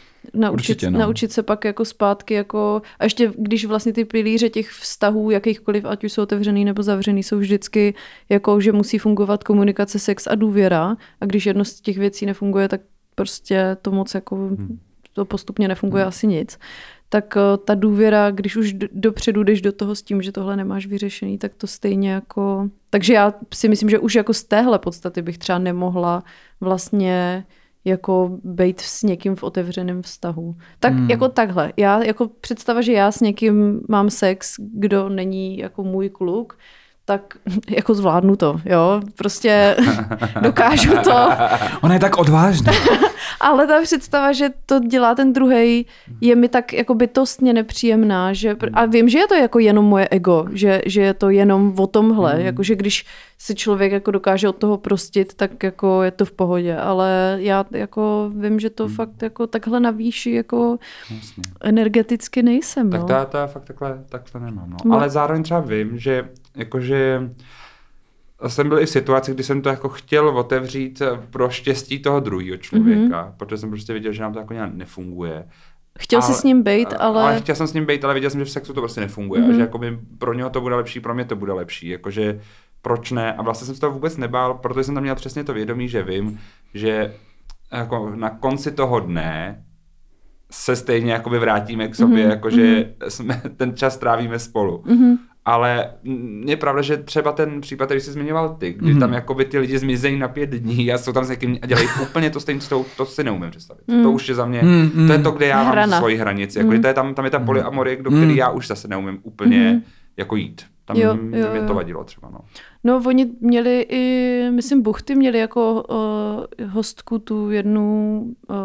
Speaker 2: Naučit se pak jako zpátky jako, a ještě když vlastně ty pilíře těch vztahů, jakýchkoliv, ať už jsou otevřený nebo zavřený, jsou vždycky jako, že musí fungovat komunikace, sex a důvěra a když jedno z těch věcí nefunguje, tak prostě to moc jako, to postupně nefunguje asi nic. Tak ta důvěra, když už dopředu jdeš do toho s tím, že tohle nemáš vyřešený, tak to stejně jako, takže já si myslím, že už jako z téhle podstaty bych třeba nemohla vlastně jako bejt s někým v otevřeném vztahu. Tak jako takhle. Já jako představa, že já s někým mám sex, kdo není jako můj kluk, tak jako zvládnu to, jo. Prostě dokážu to.
Speaker 1: Ona je tak odvážná.
Speaker 2: Ale ta představa, že to dělá ten druhej, je mi tak jako bytostně nepříjemná. Že, a vím, že je to jako jenom moje ego, že je to jenom o tomhle. Jakože když si člověk jako dokáže od toho prostit, tak jako je to v pohodě. Ale já jako vím, že to fakt jako takhle na výši jako energeticky nejsem.
Speaker 3: Tak
Speaker 2: no.
Speaker 3: to já fakt takhle nemám. No. Ale zároveň třeba vím, že jakože jsem byl i v situaci, kdy jsem to jako chtěl otevřít pro štěstí toho druhého člověka, protože jsem prostě viděl, že nám to jako nějak nefunguje.
Speaker 2: Chtěl jsi s ním bejt, ale...
Speaker 3: Chtěl jsem s ním bejt, ale viděl jsem, že v sexu to prostě nefunguje a že jako pro něho to bude lepší, pro mě to bude lepší, jakože proč ne? A vlastně jsem se toho vůbec nebál, protože jsem tam měl přesně to vědomí, že vím, že jako na konci toho dne se stejně jakoby vrátíme k sobě, jakože ten čas trávíme spolu. Ale je pravda, že třeba ten případ, který jsi zmiňoval ty, kdy tam jakoby ty lidi zmizejí na 5 dní a jsou tam s někým a dělají úplně to stejně, to si neumím představit. To už je za mě, to je to, kde já mám svoji hranici. Jako, to je tam je ta polyamorie, do které já už zase neumím úplně jako jít. Tam mě to vadilo třeba, no.
Speaker 2: No, oni měli i, myslím, Buchty měli jako hostku tu jednu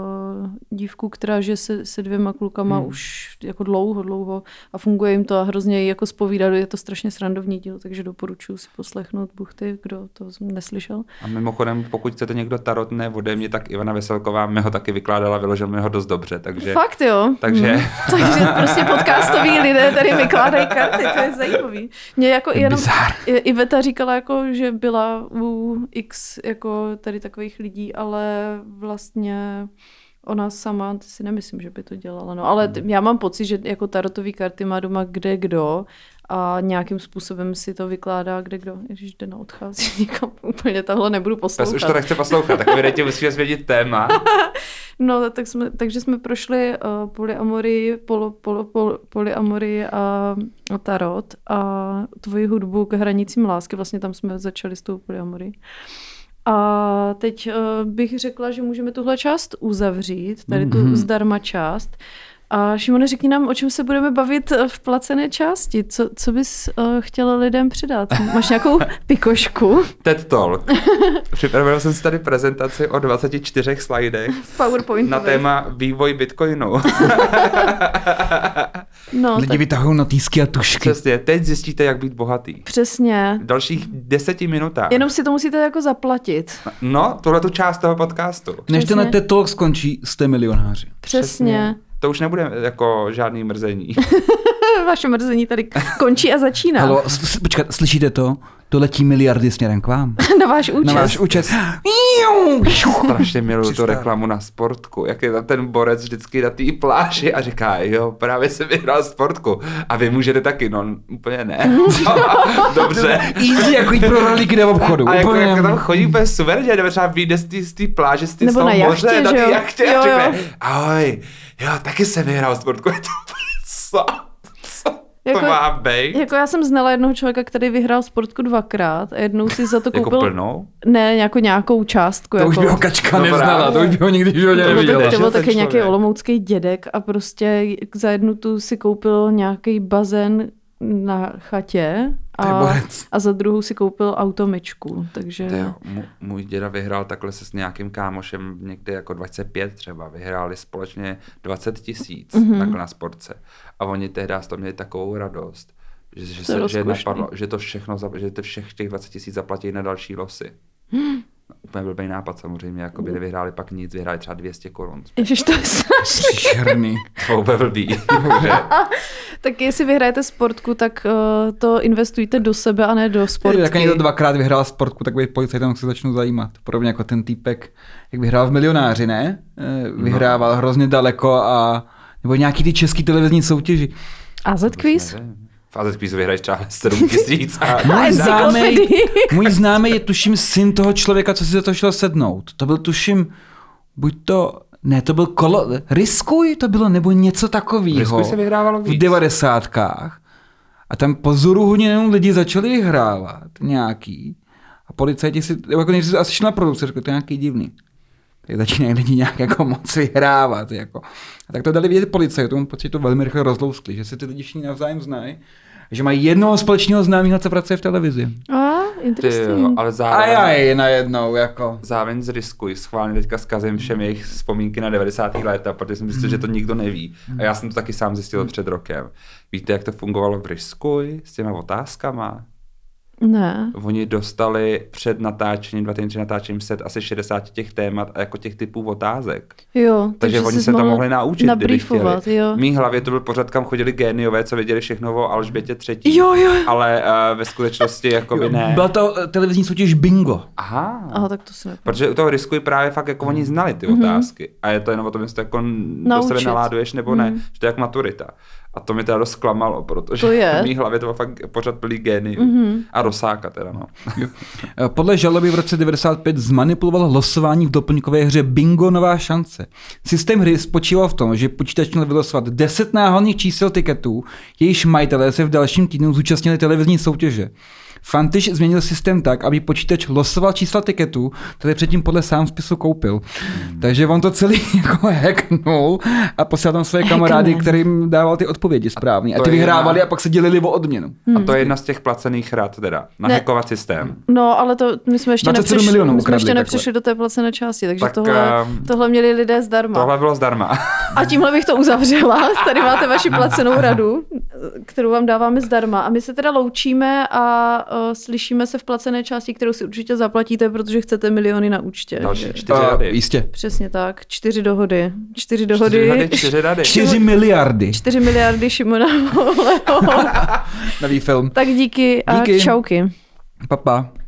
Speaker 2: dívku, která žije se 2 klukama už jako dlouho a funguje jim to a hrozně jí jako zpovídá, je to strašně srandovní díl, takže doporučuji si poslechnout Buchty, kdo to neslyšel.
Speaker 3: A mimochodem, pokud chcete někdo tarotné ode mě, tak Ivana Veselková mi ho taky vykládala, vyložil mi ho dost dobře, takže...
Speaker 2: Fakt jo?
Speaker 3: Takže
Speaker 2: prostě podcastoví lidé tady vykládají karty, to je zajímavý. Mě jako jenom Iveta říkala, jako, že byla u X jako tady takových lidí, ale vlastně ona sama si nemyslím, že by to dělala. No, ale já mám pocit, že jako tarotový karty má doma kde kdo a nějakým způsobem si to vykládá kde kdo. Ježiš, Dena odchází někam úplně, tohle nebudu poslouchat.
Speaker 3: Už to nechce poslouchat, tak vy musíme zvědět téma.
Speaker 2: No, takže jsme prošli polyamorii a tarot a tvoji hudbu k hranicím lásky. Vlastně tam jsme začali s tou polyamorii. A teď bych řekla, že můžeme tuhle část uzavřít, tady tu zdarma část. A Šimone, řekni nám, o čem se budeme bavit v placené části. Co bys chtěla lidem předat? Máš nějakou pikošku?
Speaker 3: TED Talk. Připravil jsem si tady prezentaci o 24 slidech na téma vývoj Bitcoinu.
Speaker 1: No, lidi vytahují notýsky a tušky.
Speaker 3: Přesně, teď zjistíte, jak být bohatý.
Speaker 2: Přesně.
Speaker 3: V dalších 10 minutách.
Speaker 2: Jenom si to musíte jako zaplatit.
Speaker 3: No, tuhletu část toho podcastu.
Speaker 1: Než ten TED Talk skončí, jste milionáři.
Speaker 2: Přesně.
Speaker 3: To už nebude jako žádný mrzení.
Speaker 2: Vaše mrzení tady končí a začíná.
Speaker 1: Halo, počkat, slyšíte to? To letí miliardy směrem k vám.
Speaker 2: Na váš účet.
Speaker 1: Na váš účet.
Speaker 3: Strašně miluju tu reklamu na Sportku. Jak je tam ten borec vždycky na té pláži a říká, jo, právě jsem vyhrál Sportku. A vy můžete taky, no úplně ne. Dobře.
Speaker 1: Easy, jako jít pro rohlíky do obchodu.
Speaker 3: A jako tam chodí úplně suverně, nebo třeba vyjde z té pláže, z
Speaker 2: nebo
Speaker 3: toho
Speaker 2: na
Speaker 3: moře,
Speaker 2: jachtě,
Speaker 3: na té jachtě
Speaker 2: jo,
Speaker 3: a řekne, ahoj, jo, taky jsem vyhrál Sportku. Je to co?
Speaker 2: Jako,
Speaker 3: to má bejt?
Speaker 2: Jako já jsem znala jednoho člověka, který vyhrál Sportku 2krát a jednou si za to koupil...
Speaker 3: Jako plnou?
Speaker 2: Ne, jako nějakou částku.
Speaker 1: To
Speaker 2: jako...
Speaker 1: už by ho kačka neznala, to už by ho nikdy v životě neviděla.
Speaker 2: To byl taky nějaký olomoucký dědek a prostě za jednu tu si koupil nějaký bazén na chatě a za druhou si koupil automyčku, takže...
Speaker 3: Můj děda vyhrál takhle se s nějakým kámošem někde jako 25 třeba, vyhráli společně 20 000 takhle na sportce a oni tehdy z toho měli takovou radost, že napadlo, že to všechno, že to všech těch 20 000 zaplatí na další losy. Úplně blbý nápad samozřejmě, jako by nevyhráli pak nic, vyhráli třeba 200 korun.
Speaker 2: Ježiš, to je strašný.
Speaker 3: To úplně blbý.
Speaker 2: Tak jestli vyhrajete Sportku, tak to investujte do sebe a ne do Sportky.
Speaker 1: Jak někdo 2krát vyhrál Sportku, tak být policajtem se začnu zajímat. Podobně jako ten týpek, jak vyhrál v Milionáři, ne? Vyhrával hrozně daleko a nebo nějaký ty český televizní soutěži.
Speaker 2: AZ Quiz?
Speaker 3: V AZ Quizu vyhraješ třeba 7
Speaker 1: 000. Můj známý je tuším syn toho člověka, co si za to šel sednout. To byl tuším, to byl Riskuj to bylo, nebo něco takového.
Speaker 3: Riskuj se vyhrávalo víc.
Speaker 1: V 90kách. A tam pozoru hodně lidi začali vyhrávat nějaký. A policajti si, jako než asi šli na produkci, řekli, to je nějaký divný. Tak začínají lidi nějak jako moc vyhrávat. Jako. A tak to dali vědět policajtům, protože to velmi rychle rozlouskli, že si ty lidi všichni navzájem znají. Že mají jednoho společného známého, co pracuje v televizi.
Speaker 2: Interesting.
Speaker 3: Ale zároveň
Speaker 1: najednou, jako.
Speaker 3: Zároveň z Riskuj, schválně teďka zkazím všem jejich vzpomínky na 90. léta, protože jsem zjistil, že to nikdo neví. A já jsem to taky sám zjistil před rokem. Víte, jak to fungovalo v Riskuj s těma otázkama?
Speaker 2: Ne.
Speaker 3: Oni dostali před natáčením, 2 týdny před natáčením set asi 60 těch témat a jako těch typů otázek.
Speaker 2: Jo.
Speaker 3: Takže oni se to mohli naučit, kdyby chtěli.
Speaker 2: Jo.
Speaker 3: V mý hlavě to byl pořad, kam chodili géniové, co věděli všechno o Alžbětě III.
Speaker 2: Jo.
Speaker 3: Ale ve skutečnosti jakoby ne.
Speaker 1: Byla to televizní soutěž Bingo.
Speaker 3: Aha,
Speaker 2: tak to si nepamatuji.
Speaker 3: Protože u toho Riskuj právě fakt jako oni znali ty otázky. A je to jenom o tom, jestli to jako do sebe naláduješ nebo ne. Že to je jak maturita. A to mi teda dost zklamalo, protože v mý hlavě to byl fakt pořad plný géniů. A Rosáka teda, no.
Speaker 1: Podle žaloby v roce 1995 zmanipuloval losování v doplňkové hře Bingo Nová šance. Systém hry spočíval v tom, že počítač měl vylosovat 10 náhodných čísel tiketů, jejichž majitelé se v dalším týdnu zúčastnili televizní soutěže. Fantiš změnil systém tak, aby počítač losoval čísla tiketů, které předtím podle sám spisu koupil. Takže on to celý jako hacknul a poslal tam své kamarády, kterým dával ty odpovědi správně. A ty vyhrávali a pak se dělili o odměnu.
Speaker 3: A to je jedna z těch placených rad teda, nahackovat systém.
Speaker 2: No, ale to my jsme ještě nepřišli do té placené části, takže
Speaker 3: tak,
Speaker 2: tohle měli lidé zdarma.
Speaker 3: Tohle bylo zdarma.
Speaker 2: A tímhle bych to uzavřela. Tady máte vaši placenou radu, kterou vám dáváme zdarma. A my se teda loučíme a slyšíme se v placené části, kterou si určitě zaplatíte, protože chcete miliony na účtě.
Speaker 3: Další 4 rady.
Speaker 1: Jistě.
Speaker 2: Přesně tak. 4 dohody. 4
Speaker 3: rady.
Speaker 1: 4 miliardy.
Speaker 2: 4 miliardy Šimona Holého.
Speaker 1: Nový film.
Speaker 2: Tak díky a čauky.
Speaker 1: Pa.